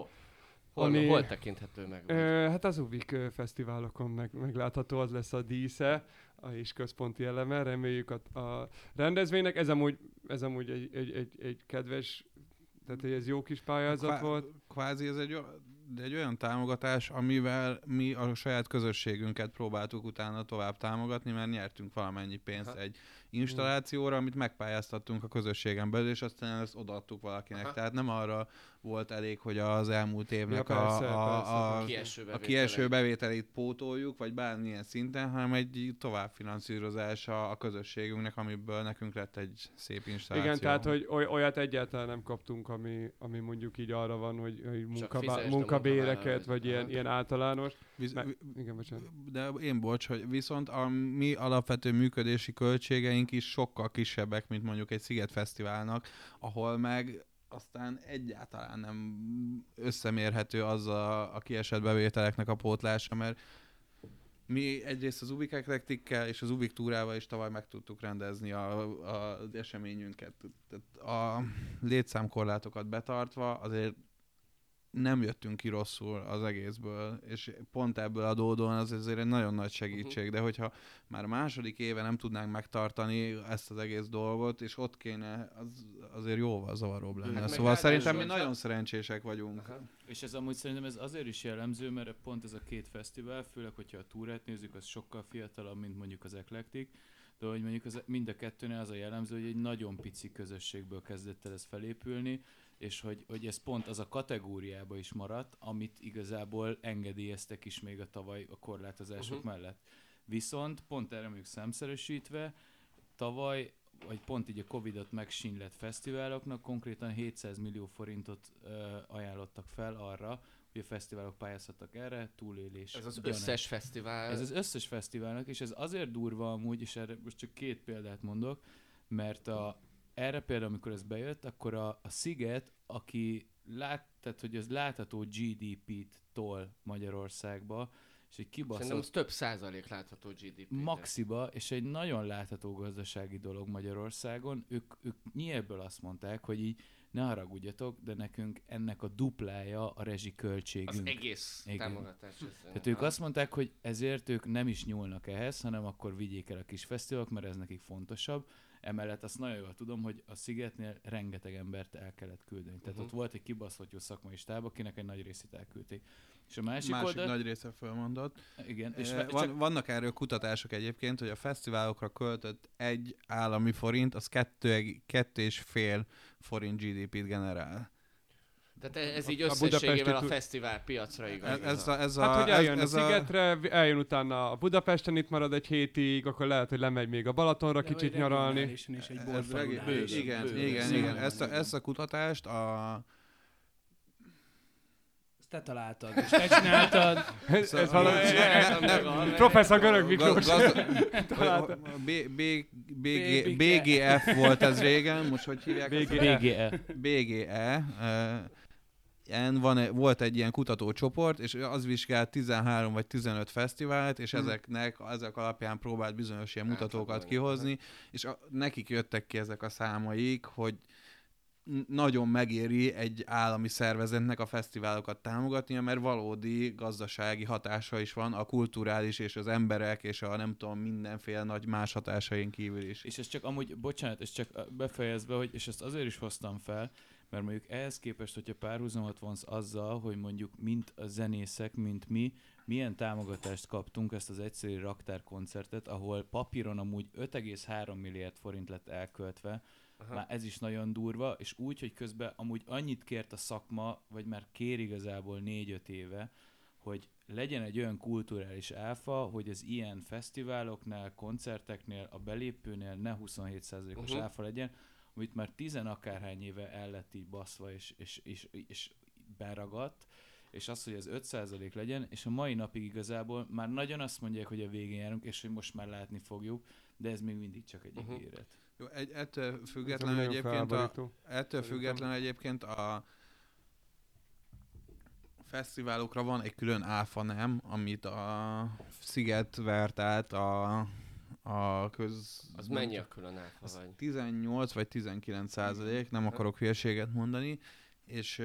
Speaker 1: Hol tekinthető meg?
Speaker 2: Hát az Ubik fesztiválokon meglátható, az lesz a dísze, és központi eleme. Reméljük a rendezvénynek. Ez amúgy egy kedves, tehát ez jó kis pályázat volt.
Speaker 5: Kvázi ez egy olyan támogatás, amivel mi a saját közösségünket próbáltuk utána tovább támogatni, mert nyertünk valamennyi pénzt egy installációra, amit megpályáztattunk a közösségen belül, és aztán ezt odaadtuk valakinek. Tehát nem arra volt elég, hogy az elmúlt évnek a kieső bevételét pótoljuk, vagy bármilyen szinten, hanem egy továbbfinanszírozás a közösségünknek, amiből nekünk lett egy szép installáció.
Speaker 2: Igen, tehát hogy olyat egyáltalán nem kaptunk, ami mondjuk így arra van, hogy munkabéreket, vagy ilyen általános. Igen, bocsánat.
Speaker 5: De én hogy viszont a mi alapvető működési költségeink is sokkal kisebbek, mint mondjuk egy Szigetfesztiválnak, ahol meg aztán egyáltalán nem összemérhető az a kiesett bevételeknek a pótlása, mert mi egyrészt az Ubik Eklektikkel és az Ubik túrával is tavaly meg tudtuk rendezni az eseményünket. A létszámkorlátokat betartva azért nem jöttünk ki rosszul az egészből, és pont ebből adódóan az azért egy nagyon nagy segítség, de hogyha már a második éve nem tudnánk megtartani ezt az egész dolgot, és ott kéne, azért jóval zavaróbb lenne. Szóval szerintem mi nagyon szerencsések vagyunk.
Speaker 4: És ez amúgy szerintem ez azért is jellemző, mert pont ez a 2 fesztivál, főleg, hogyha a túrát nézzük, az sokkal fiatalabb, mint mondjuk az Eclectic, de hogy mondjuk mind a kettőnél az a jellemző, hogy egy nagyon pici közösségből kezdett el ez felépülni, és hogy ez pont az a kategóriába is maradt, amit igazából engedélyeztek is még a tavaly a korlátozások mellett. Viszont pont erre mondjuk számszerűsítve, tavaly vagy pont így a Covid-ot megsínlett fesztiváloknak konkrétan 700 millió forintot ajánlottak fel arra, hogy a fesztiválok pályázhattak erre, túlélés.
Speaker 1: Ez az összes fesztivál?
Speaker 4: Ez az összes fesztiválnak, és ez azért durva amúgy, és erre most csak 2 példát mondok, mert erre például, amikor ez bejött, akkor a Sziget, aki tehát, hogy az látható GDP-t tol Magyarországba, és egy kibaszott...
Speaker 1: Szerintem az több százalék látható GDP.
Speaker 4: Maxiba, és egy nagyon látható gazdasági dolog Magyarországon. Ők nyilvánból azt mondták, hogy így ne haragudjatok, de nekünk ennek a duplája a rezsiköltségünk.
Speaker 1: Az egész támogatás.
Speaker 4: Tehát ők azt mondták, hogy ezért ők nem is nyúlnak ehhez, hanem akkor vigyék el a kis fesztiválok, mert ez nekik fontosabb. Emellett azt nagyon jól tudom, hogy a Szigetnél rengeteg embert el kellett küldeni. Tehát ott volt egy kibaszott jó szakmai stáb, akinek egy nagy részét elküldték. És a másik oldal...
Speaker 5: nagy része fölmondott.
Speaker 4: Igen. És
Speaker 5: vannak erről kutatások egyébként, hogy a fesztiválokra költött egy állami forint, az 2,5 forint GDP-t generál.
Speaker 1: Tehát ez így összességével a fesztivál piacra igaz.
Speaker 2: Hát, hogy eljön a Szigetre, eljön utána a Budapesten, itt marad egy hétig, akkor lehet, hogy lemegy még a Balatonra de kicsit nyaralni.
Speaker 5: Igen. Ezt a kutatást
Speaker 3: te találtad, és te csináltad.
Speaker 2: Ez valami... Professzor Görög Miklós.
Speaker 5: BGF volt ez régen, most hogy hívják? BGE. Volt egy ilyen kutatócsoport, és az vizsgált 13 vagy 15 fesztivált, és ezek alapján próbált bizonyos ilyen mutatókat kihozni, és nekik jöttek ki ezek a számaik, hogy nagyon megéri egy állami szervezetnek a fesztiválokat támogatnia, mert valódi gazdasági hatása is van a kulturális és az emberek és a nem tudom mindenféle nagy más hatásain kívül is.
Speaker 4: És ez csak amúgy, bocsánat, és csak befejezve, hogy, és ezt azért is hoztam fel, mert mondjuk ehhez képest, hogyha párhuzamot vonsz azzal, hogy mondjuk mint a zenészek, mint mi, milyen támogatást kaptunk ezt az egyszerű raktárkoncertet, ahol papíron amúgy 5,3 milliárd forint lett elköltve. Már ez is nagyon durva, és úgy, hogy közben amúgy annyit kért a szakma, vagy már kér igazából 4-5 éve, hogy legyen egy olyan kulturális áfa, hogy az ilyen fesztiváloknál, koncerteknél, a belépőnél ne 27%-os áfa legyen, amit már 10 akárhány éve el lett így baszva és beragadt, és az, hogy ez 5% legyen, és a mai napig igazából már nagyon azt mondják, hogy a végén járunk, és hogy most már látni fogjuk, de ez még mindig csak egy ígéret.
Speaker 5: Jó, ettől függetlenül egyébként a fesztiválokra van egy külön áfa nem, amit a Sziget vert át a
Speaker 1: Az mennyi a külön áfa vagy?
Speaker 5: 18 vagy 19%, nem akarok hülyeséget mondani, és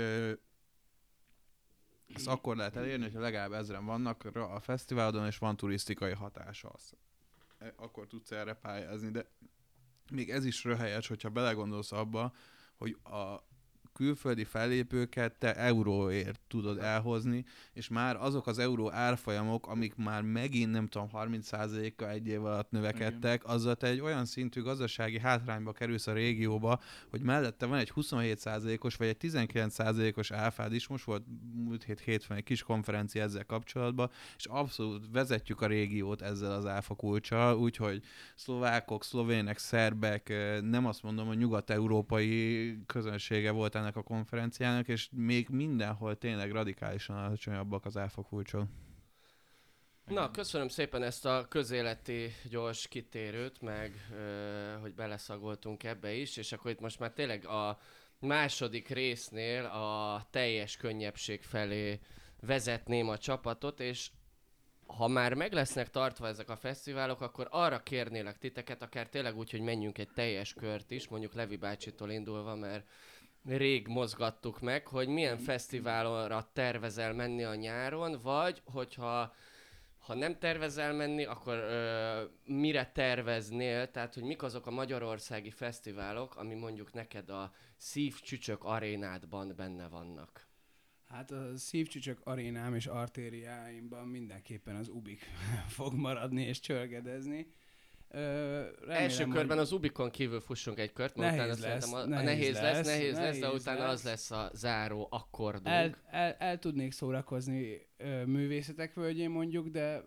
Speaker 5: ezt akkor lehet elérni, hogyha legalább 1000-en vannak a fesztiválon, és van turisztikai hatása. Akkor tudsz erre pályázni, de még ez is röhelyes, hogyha belegondolsz abba, hogy a külföldi fellépőket te euróért tudod elhozni, és már azok az euró árfolyamok, amik már megint nem tudom 30%-kal egy év alatt növekedtek, azzal te egy olyan szintű gazdasági hátrányba kerülsz a régióba, hogy mellette van egy 27%-os vagy egy 19%-os áfád is, most volt múlt hétfőn egy kis konferencia ezzel kapcsolatban, és abszolút vezetjük a régiót ezzel az áfa kulccsal, úgyhogy szlovákok, szlovének, szerbek, nem azt mondom, hogy nyugat-európai közönsége volt ennek a konferenciának, és még mindenhol tényleg radikálisan alacsonyabbak az áfa kulcsok.
Speaker 1: Na, köszönöm szépen ezt a közéleti gyors kitérőt, meg hogy beleszagoltunk ebbe is, és akkor itt most már tényleg a második résznél a teljes könnyebbség felé vezetném a csapatot, és ha már meg lesznek tartva ezek a fesztiválok, akkor arra kérnélek titeket, akár tényleg úgy, hogy menjünk egy teljes kört is, mondjuk Levi bácsitól indulva, mert rég mozgattuk meg, hogy milyen fesztiválra tervezel menni a nyáron, vagy hogyha nem tervezel menni, akkor mire terveznél, tehát hogy mik azok a magyarországi fesztiválok, ami mondjuk neked a szívcsücsök arénádban benne vannak?
Speaker 3: Hát a szívcsücsök arénám és artériáimban mindenképpen az Ubik fog maradni és csörgedezni.
Speaker 1: Első körben az Ubikon kívül fussunk egy kört,
Speaker 3: nehéz lesz,
Speaker 1: de utána az lesz a záró akkordunk.
Speaker 3: El tudnék szórakozni művészetek völgyén mondjuk, de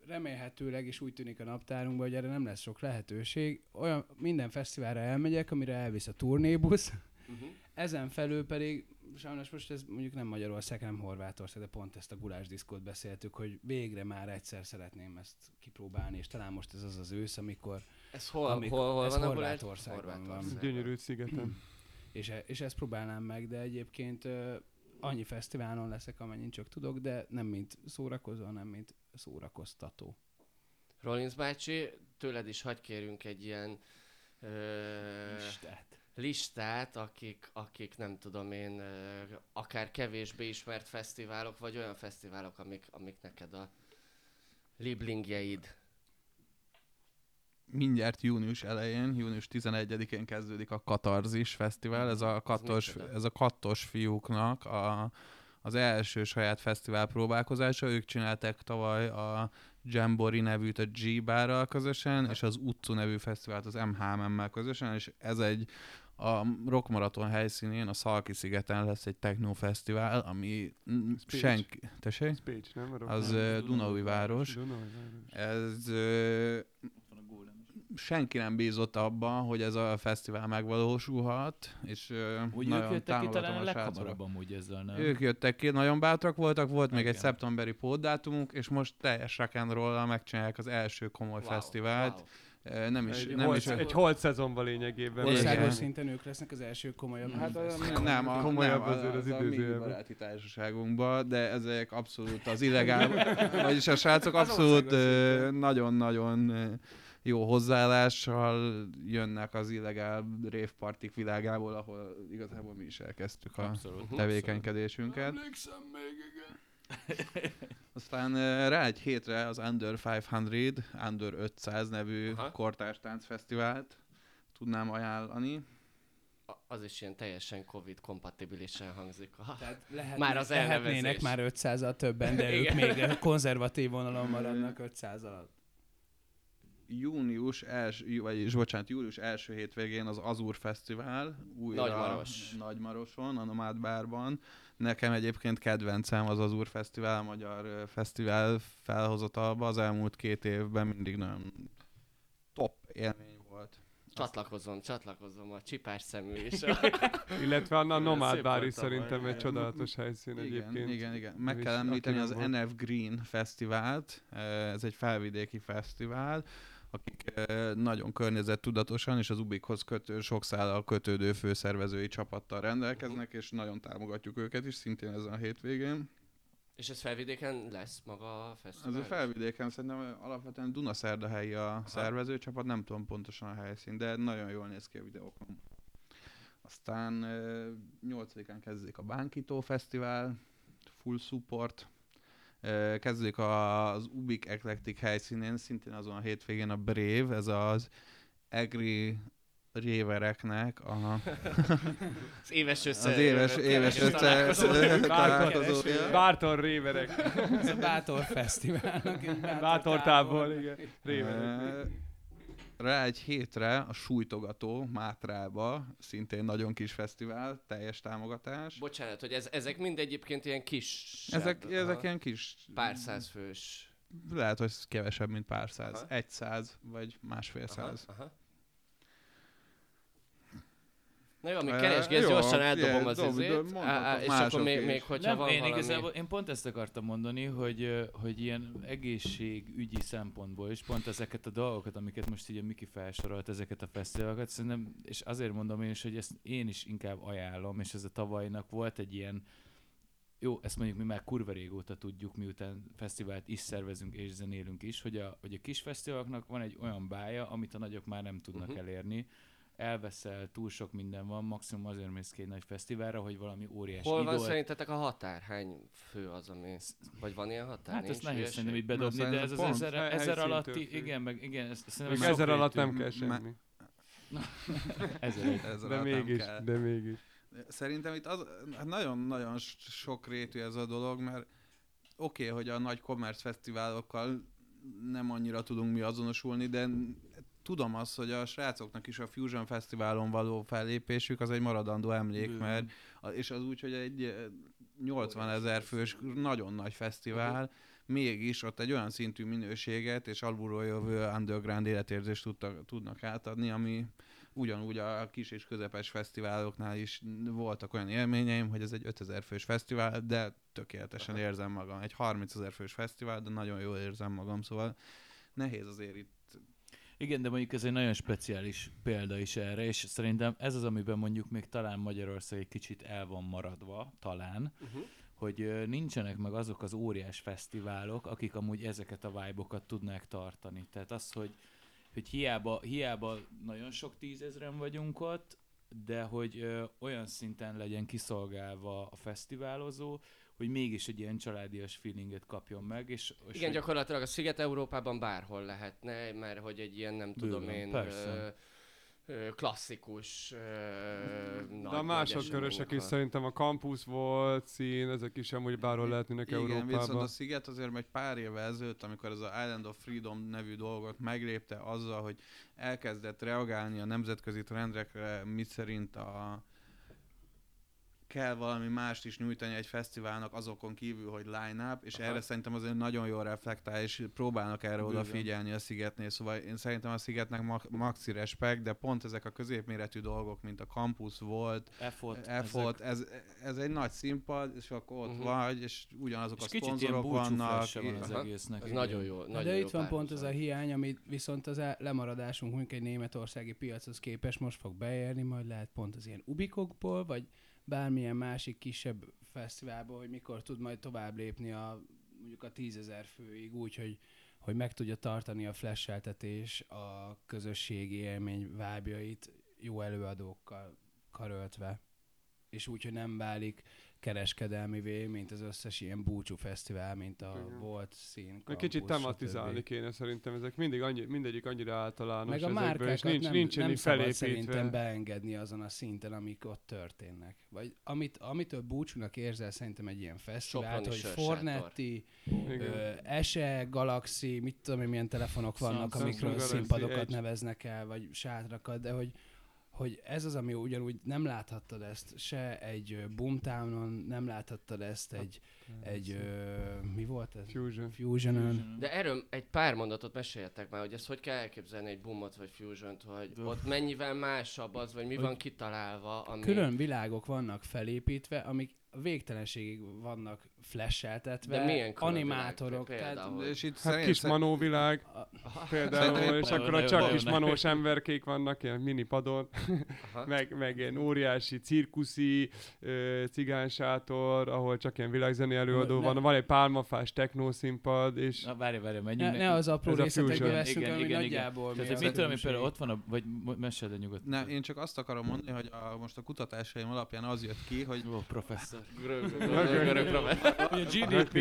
Speaker 3: remélhetőleg, és úgy tűnik a naptárunkban, hogy erre nem lesz sok lehetőség. Olyan minden fesztiválra elmegyek, amire elvisz a turnébusz. Ezen felül pedig, sajnos most ez mondjuk nem Magyarország, hanem Horvátország, de pont ezt a gulásdiszkót beszéltük, hogy végre már egyszer szeretném ezt kipróbálni, és talán most ez az ősz, amikor...
Speaker 1: Ez hol van a
Speaker 3: Horvátországban van.
Speaker 2: Gyönyörű szigeten.
Speaker 3: És ezt próbálnám meg, de egyébként annyi fesztiválon leszek, amennyit csak tudok, de nem mint szórakozó, hanem mint szórakoztató.
Speaker 1: Rollins bácsi, tőled is hagy kérünk egy ilyen listát, akik nem tudom én, akár kevésbé ismert fesztiválok, vagy olyan fesztiválok, amik neked a lieblingjeid.
Speaker 5: Mindjárt június elején, június 11-én kezdődik a Katarzis Fesztivál. Ez a kattos fiúknak az első saját fesztivál próbálkozása. Ők csinálták tavaly a Jamboree nevűt a G-bárral közösen, és az Utcu nevű fesztivált az MHM-mel közösen, és ez a Rockmaraton helyszínén, a Szalki-szigeten lesz egy technofesztivál, ami senki... Tessék?
Speaker 2: Pécs, nem?
Speaker 5: Az Dunaújváros. Ez... senki nem bízott abban, hogy ez a fesztivál megvalósulhat, és
Speaker 4: úgy
Speaker 5: nagyon
Speaker 4: ők jöttek ki talán a
Speaker 5: srácok.
Speaker 4: leghamarabb amúgy ezzel, nem?
Speaker 5: Ők jöttek ki, nagyon bátrak voltak, volt még egy szeptemberi pótdátumunk, és most teljes rock'n'roll-al megcsinálják az első komoly fesztivált.
Speaker 1: Wow.
Speaker 2: Egy holt szezonban lényegében.
Speaker 3: Országos szinten ők lesznek az első komolyabb.
Speaker 2: Komolyabb azért az
Speaker 5: a mi
Speaker 2: idézőjelben.
Speaker 5: baráti társaságunkban, de ezek abszolút az illegál, vagyis a srácok abszolút nagyon-nagyon jó hozzáállással jönnek az illegál révpartik világából, ahol igazából mi is elkezdtük a tevékenykedésünket.
Speaker 3: Emlékszem még, igen.
Speaker 5: Aztán rá egy hétre az Under 500, Under 500 nevű kortárs táncfesztivált tudnám ajánlani.
Speaker 1: Az is ilyen teljesen Covid-kompatibilisen hangzik.
Speaker 3: Már az lehetnének már 500-al többen, de ők még konzervatív vonalon maradnak 500 alatt.
Speaker 5: Július első hétvégén az Azur Fesztivál, újra Nagymaroson, a Nomád Bárban. Nekem egyébként kedvencem az Azur Fesztivál, magyar fesztivál felhozatalba. Az elmúlt 2 évben mindig nagyon top élmény volt.
Speaker 1: Csatlakozom a csipás szemű is.
Speaker 2: Illetve a Nomád Bár is szerintem egy csodálatos helyszín egyébként.
Speaker 5: Igen. Meg kell említeni az NF Green Fesztivált. Ez egy felvidéki fesztivál, akik nagyon környezettudatosan és az Ubikhoz sok szállal kötődő főszervezői csapattal rendelkeznek, és nagyon támogatjuk őket is, szintén ezen a hétvégén.
Speaker 1: És ez Felvidéken lesz maga a fesztivál?
Speaker 5: Ez a Felvidéken szerintem alapvetően Dunaszerdahelyi a szervezőcsapat, nem tudom pontosan a helyszín, de nagyon jól néz ki a videókon. Aztán 8-án kezdődik a Bánkító Fesztivál, full support. Kezdődik az Ubik Eclectic helyszínén, szintén azon a hétvégén a Brave, ez az egri révereknek
Speaker 1: az éves
Speaker 2: találkozója. Bátor réverek.
Speaker 3: Ez a Bátor Fesztiválnak.
Speaker 2: Bátor tábor, igen. Réverek.
Speaker 5: Rá egy hétre a Sújtogató Mátrába, szintén nagyon kis fesztivál, teljes támogatás.
Speaker 1: Bocsánat, hogy ezek mind egyébként ilyen kis...
Speaker 5: Ezek ilyen kis...
Speaker 1: Pár száz fős.
Speaker 5: Lehet, hogy kevesebb, mint pár száz. 100 vagy 150.
Speaker 1: Na jó, amíg keresgélsz, gyorsan eldobom az izét, és akkor még hogyha van
Speaker 4: én
Speaker 1: valami...
Speaker 4: Igazából én pont ezt akartam mondani, hogy ilyen egészségügyi szempontból is pont ezeket a dolgokat, amiket most így a Miki felsorolt, ezeket a fesztiválokat, szerintem, és azért mondom én is, hogy ezt én is inkább ajánlom, és ez a tavalynak volt egy ilyen, jó, ezt mondjuk mi már kurva régóta tudjuk, miután fesztivált is szervezünk és zenélünk is, hogy a kis fesztiváloknak van egy olyan bája, amit a nagyok már nem tudnak elérni. Elveszel, túl sok minden van, maximum azért mész ki egy nagy fesztiválra, hogy valami óriási
Speaker 1: Hol van szerintetek a határ? Hány fő az, ami... Vagy van ilyen határ?
Speaker 4: Hát ezt nehéz szerintem így bedobni, de ez az 1000 alatti... Igen, meg igen, ezt
Speaker 2: szerintem... 1000 alatt nem kell semmi.
Speaker 5: 1000
Speaker 2: de mégis.
Speaker 5: Szerintem itt nagyon-nagyon sokrétű ez a dolog, mert oké, hogy a nagy commerce fesztiválokkal nem annyira tudunk mi azonosulni, de tudom azt, hogy a srácoknak is a Fusion Fesztiválon való fellépésük az egy maradandó emlék, és az úgy, hogy egy 80 000 fős nagyon nagy fesztivál, mégis ott egy olyan szintű minőséget és alulról jövő underground életérzést tudnak átadni, ami ugyanúgy a kis és közepes fesztiváloknál is voltak olyan élményeim, hogy ez egy 5000 fős fesztivál, de tökéletesen érzem magam. Egy 30 000 fős fesztivál, de nagyon jól érzem magam, szóval nehéz azért itt.
Speaker 4: Igen, de mondjuk ez egy nagyon speciális példa is erre, és szerintem ez az, amiben mondjuk még talán Magyarország egy kicsit el van maradva, talán, hogy nincsenek meg azok az óriás fesztiválok, akik amúgy ezeket a vibe-okat tudnák tartani. Tehát az, hogy hiába nagyon sok 10 000-en vagyunk ott, de hogy olyan szinten legyen kiszolgálva a fesztiválozó, hogy mégis egy ilyen családias feelinget kapjon meg. És
Speaker 1: igen, gyakorlatilag a Sziget-Európában bárhol lehetne, mert hogy egy ilyen, nem tudom én, klasszikus
Speaker 2: de a másodkörösek is szerintem a Campus volt, szín, ezek is amúgy bárhol lehetnének Európában.
Speaker 5: Igen, viszont a Sziget azért egy pár évvel ezelőtt, amikor ez az Island of Freedom nevű dolgot meglépte azzal, hogy elkezdett reagálni a nemzetközi trendekre, miszerint kell valami mást is nyújtani egy fesztiválnak azokon kívül, hogy line-up, és erre szerintem azért nagyon jól reflektál, és próbálnak erre odafigyelni a Szigetnél. Szóval én szerintem a Szigetnek maxi respekt, de pont ezek a középméretű dolgok, mint a Campus volt, F-volt, ez egy nagy színpad, és akkor ott vagy, és ugyanazok és a szponzorok vannak.
Speaker 4: Van az egésznek.
Speaker 1: Ez nagyon jó. Nagyon
Speaker 3: de
Speaker 1: jó
Speaker 3: itt van pont ez a hiány, amit viszont az lemaradásunk, mondjuk egy németországi piachoz képest most fog beérni, majd lehet pont az ilyen ubikokból, vagy bármilyen másik kisebb fesztiválból, hogy mikor tud majd tovább lépni mondjuk a 10 000 főig úgy, hogy meg tudja tartani a flasheltetés, a közösségi élmény vibe-jait jó előadókkal karöltve. És úgy, hogy nem válik kereskedelmivé, mint az összes ilyen búcsú fesztivál, mint a volt szín, Campus,
Speaker 2: kicsit tematizálni kéne szerintem, ezek mindegyik annyira általános
Speaker 3: meg a
Speaker 2: ezekből, és
Speaker 3: nem szabad szerintem beengedni azon a szinten, amik ott történnek. Vagy amitől búcsúnak érzel szerintem egy ilyen fesztivált, hogy Fornetti, Ese, Galaxy, mit tudom én, milyen telefonok vannak, amikről színpadokat neveznek el, vagy sátrakat, de hogy ez az, ami ugyanúgy nem láthattad ezt se egy Boomtownon, nem láthattad ezt egy mi volt ez? Fusionon.
Speaker 1: De erről egy pár mondatot meséljetek már, hogy ezt hogy kell elképzelni egy Boomot vagy Fusiont, hogy ott mennyivel másabb az, vagy mi van kitalálva, ami...
Speaker 3: Külön világok vannak felépítve, amik végtelenségig vannak flasheltetve, animátorok.
Speaker 2: Kis manóvilág például, és akkor a csak kis manós emberkék vannak, ilyen mini padon, meg ilyen óriási cirkuszi cigánsátor, ahol csak ilyen világzeni előadó van egy pálmafás technószínpad, és...
Speaker 4: Na, várj, menjünk
Speaker 3: ne az apró részletekbe veszünk, ami nagyjából...
Speaker 4: Tehát mit tudom, például ott van, vagy meséld a nyugodtan.
Speaker 5: Nem, én csak azt akarom mondani, hogy most a kutatásaim alapján az jött ki, hogy...
Speaker 4: Professzor.
Speaker 1: Görög professzor.
Speaker 2: GDP.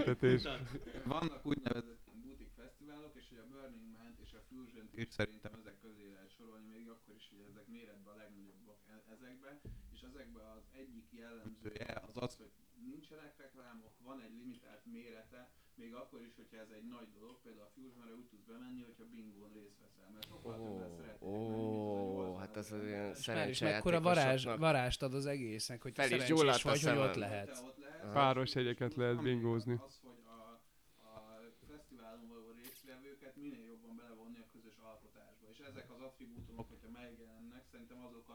Speaker 5: Vannak úgynevezett butik fesztiválok, és hogy a Burning Man és a Fusion is szerintem ezek közé lehet sorolni, még akkor is, hogy ezek méretben a legnagyobbak ezekben, és ezekben az egyik jellemzője az, hogy nincsenek reklámok, van egy limitált mérete, még akkor is, hogyha ez egy nagy dolog, például a Fusionra úgy tudsz bemenni, hogyha bingón részt veszel, mert sokkal többen szeretnék menni.
Speaker 1: Hát ez az ilyen szerencsejátékosoknak.
Speaker 3: És mekkora varázst ad az egésznek, hogy szerencsés vagy, hogy ott lehetsz.
Speaker 2: Páros jegyeket lehet bingózni.
Speaker 5: Az, hogy a fesztiválon való résztvevőket minél jobban belevonni a közös alkotásba. És ezek az attribútumok, hogyha megjelennek, szerintem azok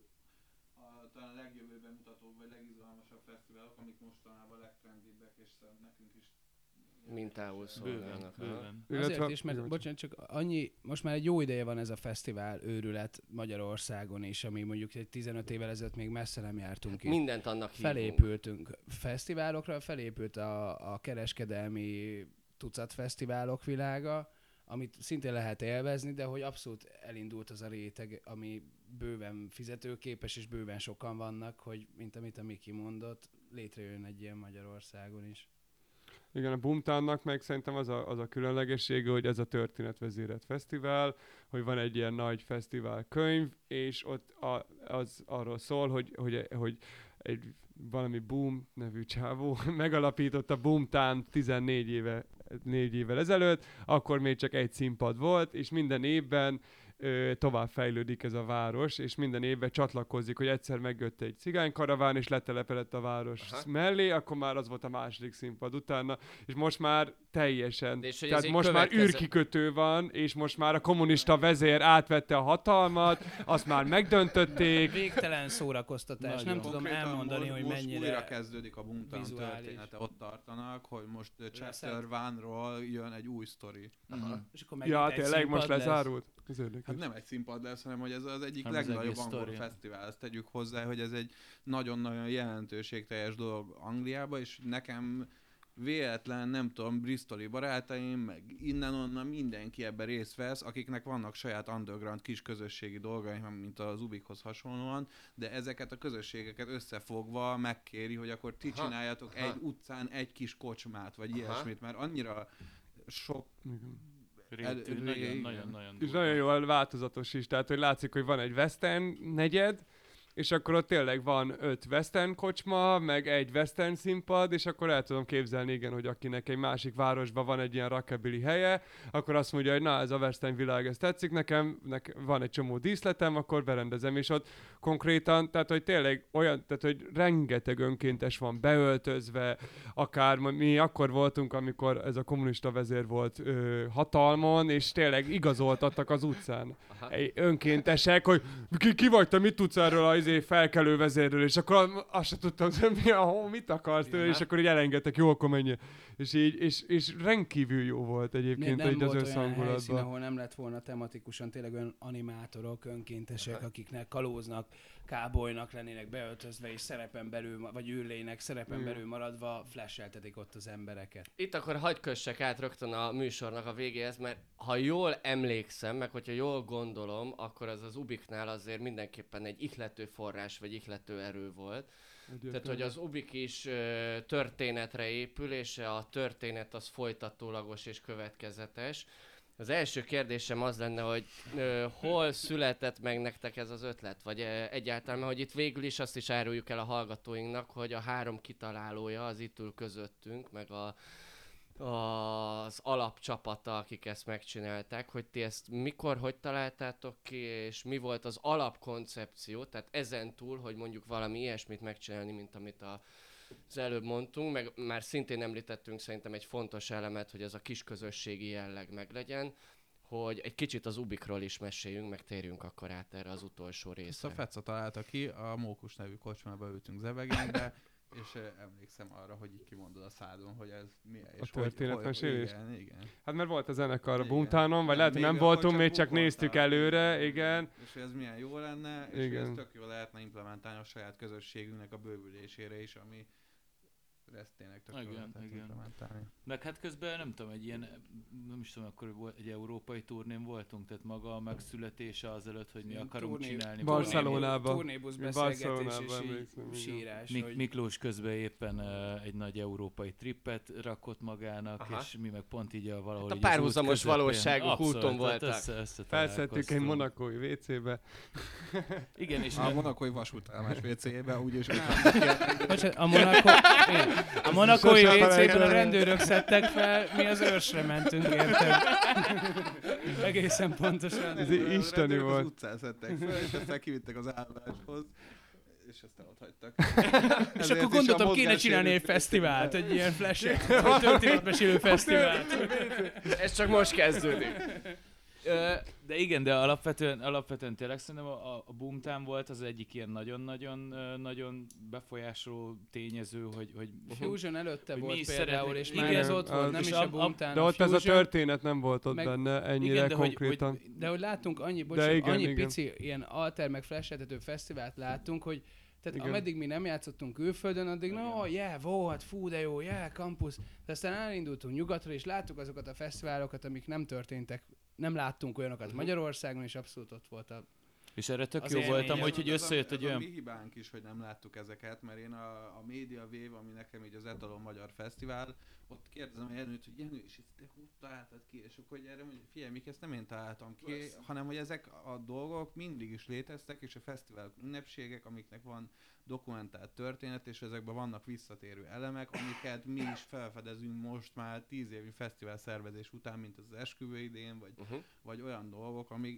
Speaker 5: talán a legjövőben mutatóbb, vagy legizgalmasabb fesztiválok, amik mostanában legtrendibbek, és nekünk is
Speaker 1: mintául szolgálnak.
Speaker 3: Azért is, mert bocsánat, csak annyi, most már egy jó ideje van ez a fesztivál őrület Magyarországon is, ami mondjuk egy 15 évvel ezelőtt még messze nem jártunk itt.
Speaker 1: Mindent annak hívunk.
Speaker 3: Felépültünk fesztiválokra, felépült a kereskedelmi tucat fesztiválok világa, amit szintén lehet élvezni, de hogy abszolút elindult az a réteg, ami bőven fizetőképes, és bőven sokan vannak, hogy mint amit a Miki mondott, létrejön egy ilyen Magyarországon is.
Speaker 2: Igen, a Boomtownnak meg szerintem az a különlegessége, hogy ez a történetvezérelt fesztivál, hogy van egy ilyen nagy fesztivál könyv, és ott az arról szól, hogy egy valami Boom nevű csávó megalapította Boomtown 14 évvel ezelőtt, akkor még csak egy színpad volt, és minden évben tovább fejlődik ez a város, és minden évben csatlakozik, hogy egyszer megjött egy cigánykaraván, és letelepedett a város mellé, akkor már az volt a második színpad utána, és most már teljesen, tehát most már űrkikötő van, és most már a kommunista vezér átvette a hatalmat, azt már megdöntötték.
Speaker 3: Végtelen szórakoztatás, nem tudom elmondani, hogy mennyire
Speaker 5: újra kezdődik a Boomtown története, ott tartanak, hogy most Chapter 1-ról jön egy új sztori.
Speaker 2: Ja, tényleg most lezárult?
Speaker 5: Hát nem egy színpad lesz, hanem hogy ez az egyik legnagyobb angol fesztivál. Ezt tegyük hozzá, hogy ez egy nagyon-nagyon jelentőségteljes dolog Angliában, és nekem véletlen, nem tudom, bristoli barátaim, meg innen-onnan mindenki ebben részt vesz, akiknek vannak saját underground kis közösségi dolgaim, mint az Ubikhoz hasonlóan, de ezeket a közösségeket összefogva megkéri, hogy akkor ti csináljatok egy utcán egy kis kocsmát, vagy ilyesmit, mert annyira sok...
Speaker 4: Nagyon-nagyon
Speaker 2: és nagyon jól változatos is, tehát hogy látszik, hogy van egy western negyed, és akkor ott tényleg van 5 western kocsma, meg egy western színpad, és akkor el tudom képzelni, igen, hogy akinek egy másik városban van egy ilyen rockabilly helye, akkor azt mondja, hogy na, ez a western világ, ez tetszik nekem, van egy csomó díszletem, akkor berendezem, és ott konkrétan, tehát hogy tényleg olyan, tehát hogy rengeteg önkéntes van beöltözve, akár mi akkor voltunk, amikor ez a kommunista vezér volt hatalmon, és tényleg igazoltattak az utcán. Önkéntesek, hogy ki vagy te, mit tudsz erről a felkelő vezérről, és akkor azt sem tudtam, hogy mit akarsz tőle, és akkor így elengedtek, jó, akkor menjél. És így, és rendkívül jó volt egyébként így az összhangulatban.
Speaker 3: Helyszín, ahol nem lett volna tematikusan tényleg olyan animátorok, önkéntesek, akiknek kalóznak, kábolynak lennének beöltözve, és szerepen belül, vagy üllének szerepen belül maradva, flasheltetik ott az embereket.
Speaker 1: Itt akkor hagyj kössek át rögtön a műsornak a végéhez, mert ha jól emlékszem, meg hogyha jól gondolom, akkor az Ubiknál azért mindenképpen egy ihlető forrás, vagy ihlető erő volt. Tehát, hogy az Ubik is történetre épül, és a történet az folytatólagos és következetes. Az első kérdésem az lenne, hogy hol született meg nektek ez az ötlet? Vagy egyáltalán, hogy itt végül is azt is áruljuk el a hallgatóinknak, hogy a 3 kitalálója az itt ül közöttünk, meg az alapcsapata, akik ezt megcsinálták, hogy ti ezt mikor, hogy találtátok ki, és mi volt az alapkoncepció, tehát ezen túl, hogy mondjuk valami ilyesmit megcsinálni, mint amit az előbb mondtunk, meg már szintén említettünk szerintem egy fontos elemet, hogy ez a kis közösségi jelleg meglegyen, hogy egy kicsit az Ubikról is meséljünk, meg térjünk akkor át erre az utolsó részre.
Speaker 5: Ezt a Feca találta ki, a Mókus nevű kocsmába ültünk zebegénybe, és emlékszem arra, hogy így kimondod a szádon, hogy ez milyen.
Speaker 2: A történetmesélés?
Speaker 5: Igen.
Speaker 2: Hát mert volt a zenekar a Boomtownon, vagy lehet, hogy nem voltunk, még csak néztük előre, igen.
Speaker 5: És ez milyen jó lenne, és ez tök jó lehetne implementálni a saját közösségünknek a bővülésére is, ami ezt tényleg tök jó lehet implementálni.
Speaker 4: Meg hát közben nem tudom, egy ilyen, nem is tudom, akkor volt egy európai turnén voltunk, tehát maga a megszületése azelőtt, hogy mi akarunk csinálni.
Speaker 2: Barcelonában.
Speaker 3: Turnébusz beszélgetés és sírás.
Speaker 4: Miklós közben éppen egy nagy európai trippet rakott magának, és mi meg pont így valahogy
Speaker 1: hát a párhuzamos valóságok úton voltak.
Speaker 2: Felszedtük egy monakói WC-be.
Speaker 4: Igen, és
Speaker 5: a monakói vasútállomás WC-be, úgyis
Speaker 3: a monakói WC-ben a rendőrök szedtek fel, mi az őrsre mentünk, érted? Egészen pontosan.
Speaker 2: Ez isteni volt.
Speaker 5: Az utcán szedtek fel, és aztán kivittek az álláshoz, és aztán ott hagytak.
Speaker 3: És akkor gondoltam, kéne csinálni egy fesztivált, egy ilyen flash-et, egy történetmesélő fesztivált.
Speaker 1: Ez csak most kezdődik.
Speaker 4: De igen, de alapvetően tényleg szerintem a Boomtown volt az egyik ilyen nagyon befolyásoló tényező, hogy
Speaker 3: Fusion előtte volt például, és már ez ott volt, nem is a Boomtown.
Speaker 2: De ott ez a történet nem volt ott benne ennyire konkrétan.
Speaker 3: De hogy láttunk annyi pici ilyen alter meg flasheltető fesztivált láttunk, hogy tehát ameddig mi nem játszottunk külföldön, addig volt, fú de jó, campus. De aztán elindultunk nyugatra, és láttuk azokat a fesztiválokat, amik nem történtek, nem láttunk olyanokat Magyarországon, és abszolút ott volt a...
Speaker 4: És erre tök jó voltam, hogy összejött egy olyan...
Speaker 5: Ez a mi hibánk is, hogy nem láttuk ezeket, mert én a Media Wave, ami nekem így az Etalon Magyar Fesztivál, ott kérdezem a Jenőt, hogy Jenő, és te hogy találtad ki? És akkor erre mondja, figyelj, Miki, ezt nem én találtam ki, hanem hogy ezek a dolgok mindig is léteztek, és a fesztiválok ünnepségek, amiknek van dokumentált történet, és ezekben vannak visszatérő elemek, amiket mi is felfedezünk most már 10 évi fesztivál szervezés után, mint az esküvő idén, vagy olyan dolgok,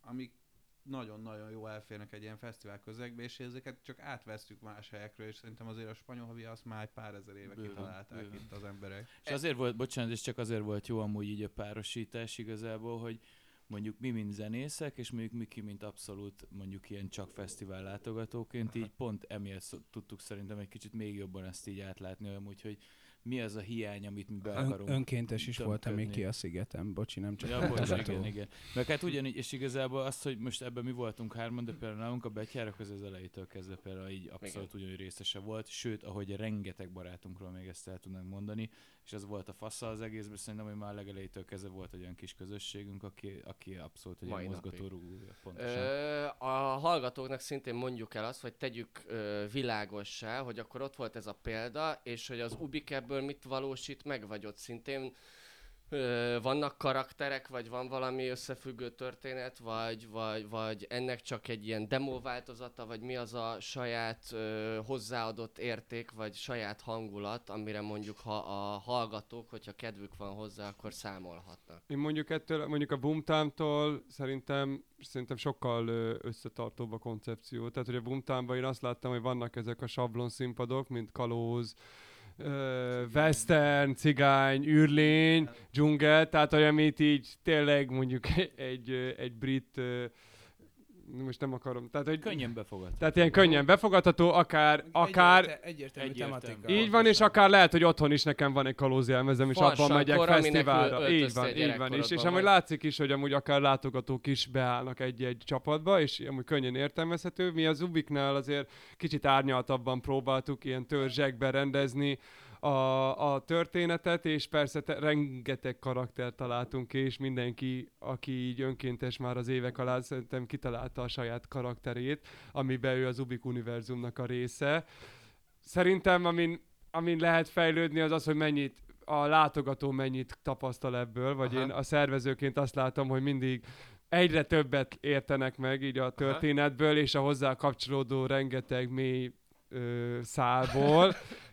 Speaker 5: amik nagyon-nagyon jó elférnek egy ilyen fesztivál közegbe, és ezeket csak átvesztük más helyekről, és szerintem azért a spanyol havi azt már egy pár ezer éve kitalálták itt az emberek.
Speaker 4: És azért volt, bocsánat, és csak azért volt jó amúgy így a párosítás igazából, hogy mondjuk mi, mint zenészek, és mondjuk Miki, mint abszolút mondjuk ilyen csak fesztivál látogatóként, így pont emiatt tudtuk szerintem egy kicsit még jobban ezt így átlátni, amúgy, hogy mi az a hiány, amit mi be akarunk.
Speaker 3: Önkéntes is volt a Miki a szigeten, bocsi, nem csak
Speaker 4: igen. Meg hát ugyanígy, és igazából azt, hogy most ebben mi voltunk hárman, de például nálunk a betyárok az elejétől kezdve például így abszolút ugyanúgy részese volt, sőt, ahogy rengeteg barátunkról még ezt el tudnánk mondani, és az volt a fasza az egészben, szerintem, hogy már legelejétől kezdve volt egy olyan kis közösségünk, aki abszolút egy mozgatórugója.
Speaker 1: A hallgatóknak szintén mondjuk el azt, vagy tegyük világossá, hogy akkor ott volt ez a példa, és hogy az Ubik ebből mit valósít meg, vagy ott szintén vannak karakterek, vagy van valami összefüggő történet, vagy ennek csak egy ilyen demo változata, vagy mi az a saját hozzáadott érték, vagy saját hangulat, amire mondjuk ha a hallgatók, hogyha kedvük van hozzá, akkor számolhatnak.
Speaker 2: Én mondjuk a Boomtown-tól szerintem sokkal összetartóbb a koncepció. Tehát, hogy a Boomtownban én azt láttam, hogy vannak ezek a sablon színpadok, mint Kalóz, western, cigány, űrlény, dzsungel, tehát amit így tényleg mondjuk egy brit, most nem akarom, tehát hogy
Speaker 4: könnyen befogadható.
Speaker 2: Tehát ilyen könnyen befogadható, akár
Speaker 3: egyértelmű tematika.
Speaker 2: Így van, és akár lehet, hogy otthon is nekem van egy kalózjelmezem, és abban megyek fesztiválra. Így van. És amúgy látszik is, hogy amúgy akár látogatók is beállnak egy csapatba, és amúgy könnyen értelmezhető. Mi az Ubiknál azért kicsit árnyaltabban próbáltuk ilyen törzsekben rendezni a történetet, és persze rengeteg karaktert találtunk ki, és mindenki, aki így önkéntes már az évek alatt, szerintem kitalálta a saját karakterét, amiben ő az Ubik univerzumnak a része. Szerintem, amin lehet fejlődni, az az, hogy a látogató mennyit tapasztal ebből, vagy én a szervezőként azt látom, hogy mindig egyre többet értenek meg így a történetből, és a hozzá kapcsolódó rengeteg mély szálból,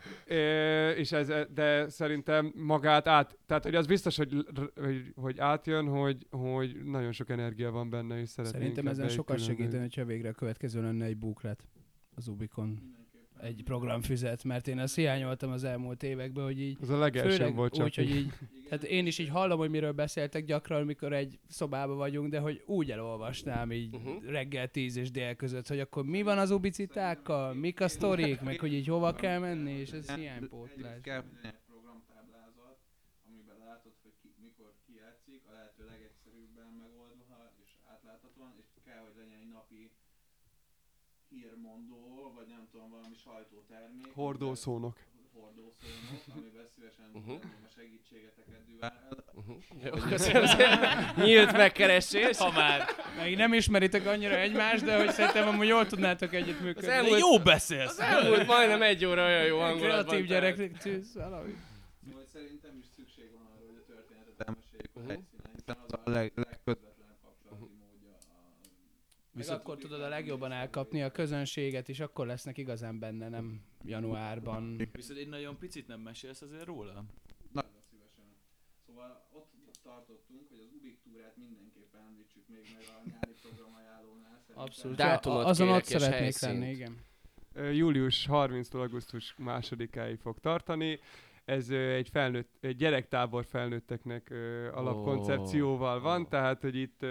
Speaker 2: de szerintem magát tehát hogy az biztos, hogy átjön, hogy nagyon sok energia van benne, és szeretnénk.
Speaker 3: Szerintem ezen sokat segíteni, hogyha végre a következő lenne egy booklet az Ubikon. Egy programfüzet, mert én ezt hiányoltam az elmúlt években, hogy így...
Speaker 2: Az a legelső volt csak.
Speaker 3: Úgy, hogy így, tehát én is így hallom, hogy miről beszéltek gyakran, mikor egy szobában vagyunk, de hogy úgy elolvasnám így reggel 10 és dél között, hogy akkor mi van az ubicitákkal, mik a sztorik, meg hogy így hova kell menni, és ez hiánypótlás.
Speaker 5: Kell egy programtáblázat, amiben látod, hogy mikor ki játszik, a lehető legegyszerűbben megoldva és átláthatóan, és kell, hogy legyen egy napi hírmondó, vagy nem tudom, valami sajtótermék.
Speaker 2: Hordószónok,
Speaker 5: amiben szívesen a segítségeteket dűvál.
Speaker 1: Nyílt megkeresés.
Speaker 4: Ha már.
Speaker 3: Meg nem ismeritek annyira egymást, de hogy szerintem amúgy jól tudnátok együttműködni.
Speaker 4: Jó beszélsz!
Speaker 1: Az elmúlt majdnem egy óra olyan jó hangulatban.
Speaker 3: Kreatív gyerek, valami.
Speaker 5: Szóval szerintem is szükség van arra, hogy a történetet elmeséljük a helyszínen, hiszen az a legközvetlenebb kapcsolati módja.
Speaker 3: Meg akkor tudod a legjobban elkapni a közönséget, és akkor lesznek igazán benne, nem januárban.
Speaker 4: Viszont egy nagyon picit nem mesélsz azért róla?
Speaker 5: Nagyon szívesen. Szóval ott tartottunk, hogy az Ubik túrát mindenképpen említsük még meg a nyári programajánlónál.
Speaker 3: Abszolút.
Speaker 1: Dátumot
Speaker 3: Azon ott
Speaker 1: kérek és
Speaker 3: szeretnék
Speaker 1: helyszínt.
Speaker 3: lenni, igen.
Speaker 2: Július 30-tól augusztus 2-áig fog tartani. Ez egy gyerektábor felnőtteknek alapkoncepcióval van, tehát hogy itt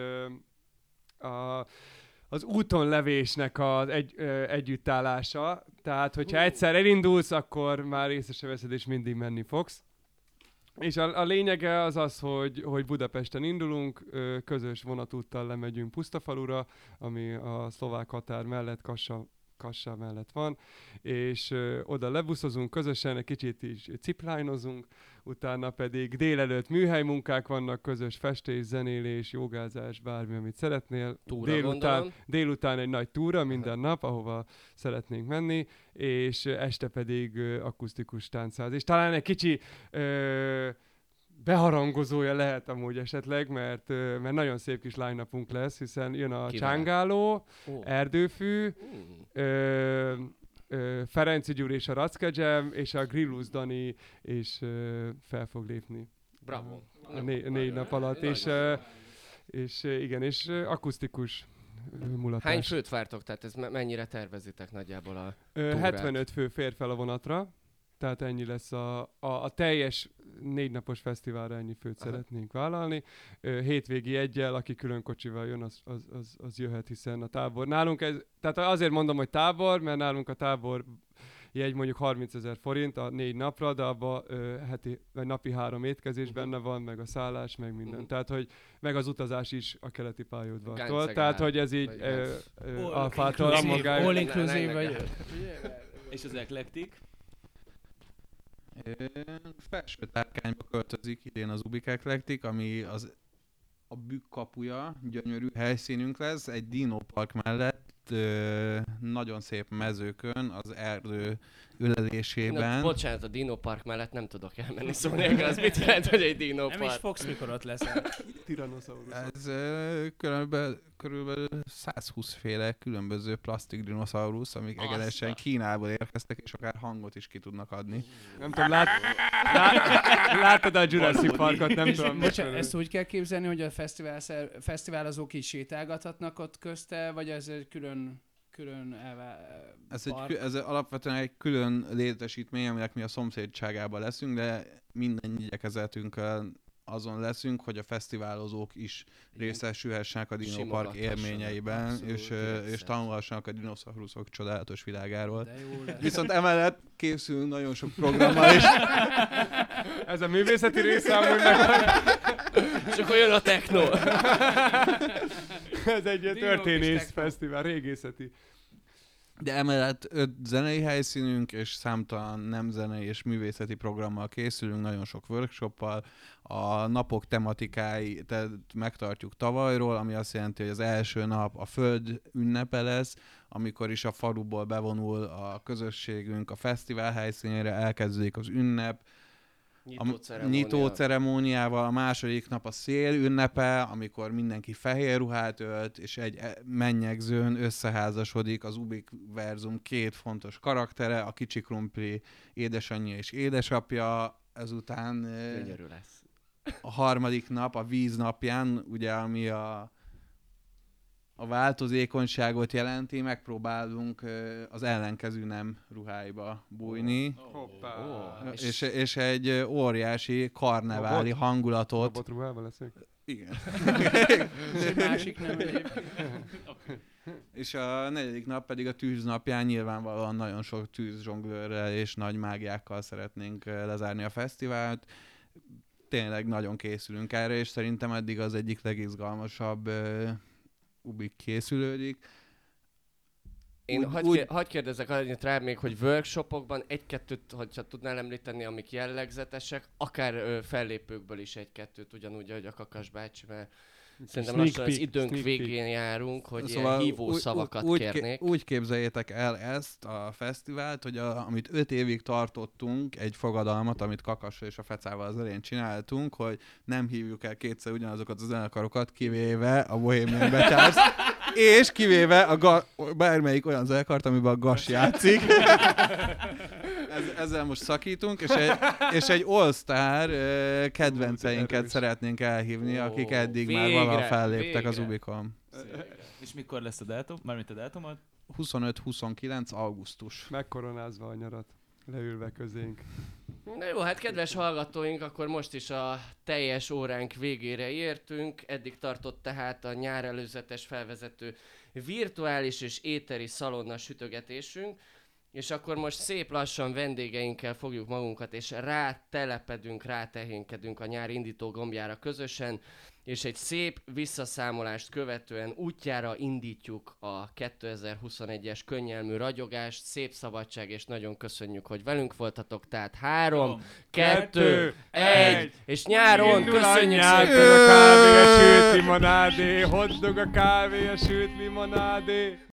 Speaker 2: az úton levésnek az együttállása, tehát hogyha egyszer elindulsz, akkor már észre se veszed, és mindig menni fogsz. És a lényege az, hogy Budapesten indulunk, közös vonatúttal lemegyünk Pusztafalura, ami a szlovák határ mellett, Kassa mellett van, és oda lebuszozunk közösen, egy kicsit is zipline-ozunk, utána pedig délelőtt műhelymunkák vannak, közös festés, zenélés, jogázás, bármi, amit szeretnél. Délután egy nagy túra minden nap, ahova szeretnénk menni, és este pedig akusztikus táncház. És talán egy kicsi beharangozója lehet amúgy esetleg, mert nagyon szép kis line-upunk lesz, hiszen jön a Csángáló, Erdőfű, Ferenci Gyuri és a Racke Jam, és a Grillus Dani is fel fog lépni.
Speaker 1: Bravo.
Speaker 2: A 4 nap alatt. És igen, és akusztikus mulatás.
Speaker 1: Hány főt vártok? Tehát ez mennyire tervezitek nagyjából a túrát?
Speaker 2: 75 fő fér fel a vonatra, tehát ennyi lesz a teljes 4 napos fesztiválra, ennyi főt szeretnénk vállalni. Hétvégi eggyel, aki külön kocsival jön, az jöhet, hiszen a tábor nálunk tehát azért mondom, hogy tábor, mert nálunk a tábor jegy mondjuk 30 000 forint a 4 napra, de abban heti vagy napi 3 étkezés benne van, meg a szállás, meg minden. Tehát, hogy meg az utazás is a keleti pályaudvartól. Tehát, hogy ez így Alfától a magáig.
Speaker 3: All inclusive vagy.
Speaker 4: És az eklektik?
Speaker 5: Felső Tárkányba költözik idén az Ubik Eclectic, ami a Bükk kapuja, gyönyörű helyszínünk lesz, egy dinópark mellett, nagyon szép mezőkön, az erdő ülelésében.
Speaker 1: Bocsánat, a dinópark mellett nem tudok elmenni, szóval az mit jelent, hogy egy dinópark?
Speaker 3: Nem is fogsz, mikor ott leszel.
Speaker 2: Tyrannosaurus.
Speaker 5: Ez körülbelül 120 féle különböző plastik dinoszaurusz, amik egyenesen Kínából érkeztek, és akár hangot is ki tudnak adni.
Speaker 2: Nem tudom, láttad a Jurassic Parkot, nem tudom.
Speaker 3: Bocsánat, ezt úgy kell képzelni, hogy a fesztiválozók is sétálgathatnak ott közte, vagy ez egy külön
Speaker 5: ez alapvetően egy külön létesítmény, aminek mi a szomszédságában leszünk, de minden igyekezetünkkel azon leszünk, hogy a fesztiválozók is részesülhessenek a Dinopark élményeiben, és tanulhassanak a dinoszauruszok csodálatos világáról. Viszont emellett készül nagyon sok programmal is.
Speaker 2: Ez a művészeti része amúgy meg.
Speaker 1: És akkor jön a techno.
Speaker 2: Ez egy történész fesztivál, régészeti.
Speaker 5: De emellett 5 zenei helyszínünk és számtalan nem zenei és művészeti programmal készülünk, nagyon sok workshoppal. A napok tematikáit megtartjuk tavalyról, ami azt jelenti, hogy az első nap a Föld ünnepe lesz, amikor is a faluból bevonul a közösségünk a fesztivál helyszínére, elkezdődik az ünnep, nyitó ceremóniával, a második nap a szél ünnepe, amikor mindenki fehér ruhát ölt, és egy mennyegzőn összeházasodik az Ubikverzum 2 fontos karaktere, a Kicsi Krumpli édesanyja és édesapja, ezután
Speaker 1: lesz.
Speaker 5: A harmadik nap, a víz napján, ugye, ami a változékonyságot jelenti, megpróbálunk az ellenkező nem ruháiba bújni. És egy óriási karneváli hangulatot.
Speaker 2: Robotruhában leszek?
Speaker 5: Igen.
Speaker 3: Egy másik nem
Speaker 5: És a negyedik nap pedig a tűz napján nyilvánvalóan nagyon sok tűzzsonglőrrel és nagy mágiákkal szeretnénk lezárni a fesztivált. Tényleg nagyon készülünk erre, és szerintem eddig az egyik legizgalmasabb Ubik készülődik.
Speaker 1: Én hadd kérdezek annyit rá még, hogy workshopokban egy-kettőt, hogyha tudnál említeni, amik jellegzetesek, akár fellépőkből is egy-kettőt, ugyanúgy, ahogy a Kakas bácsi, mert szerintem lassan az időnk végén járunk, hogy szóval ilyen hívó szavakat kérnék.
Speaker 5: Úgy képzeljétek el ezt a fesztivált, hogy amit 5 évig tartottunk, egy fogadalmat, amit Kakassal és a Fecával az elején csináltunk, hogy nem hívjuk el kétszer ugyanazokat a zenekarokat, kivéve a Bohemian Betyársz, és kivéve bármelyik olyan zenekart, amiben a Gas játszik. Ezzel most szakítunk, és egy all-star kedvenceinket szeretnénk elhívni, akik eddig már valaha felléptek az Ubikon.
Speaker 4: És mikor lesz a dátum? Mármint a dátumot?
Speaker 5: 25-29 augusztus.
Speaker 2: Megkoronázva a nyarat, leülve közénk.
Speaker 1: Na jó, hát kedves hallgatóink, akkor most is a teljes óránk végére értünk. Eddig tartott tehát a nyár előzetes felvezető virtuális és éteri szalonna sütögetésünk. És akkor most szép lassan vendégeinkkel fogjuk magunkat, és rátehénkedünk a nyár indító gombjára közösen, és egy szép visszaszámolást követően útjára indítjuk a 2021-es könnyelmű ragyogást, szép szabadság, és nagyon köszönjük, hogy velünk voltatok, tehát 3, 2, 1, és nyáron köszönjük szépen!
Speaker 2: A kávé, a sült limonádé, hoddog a kávé, a sült limonádé.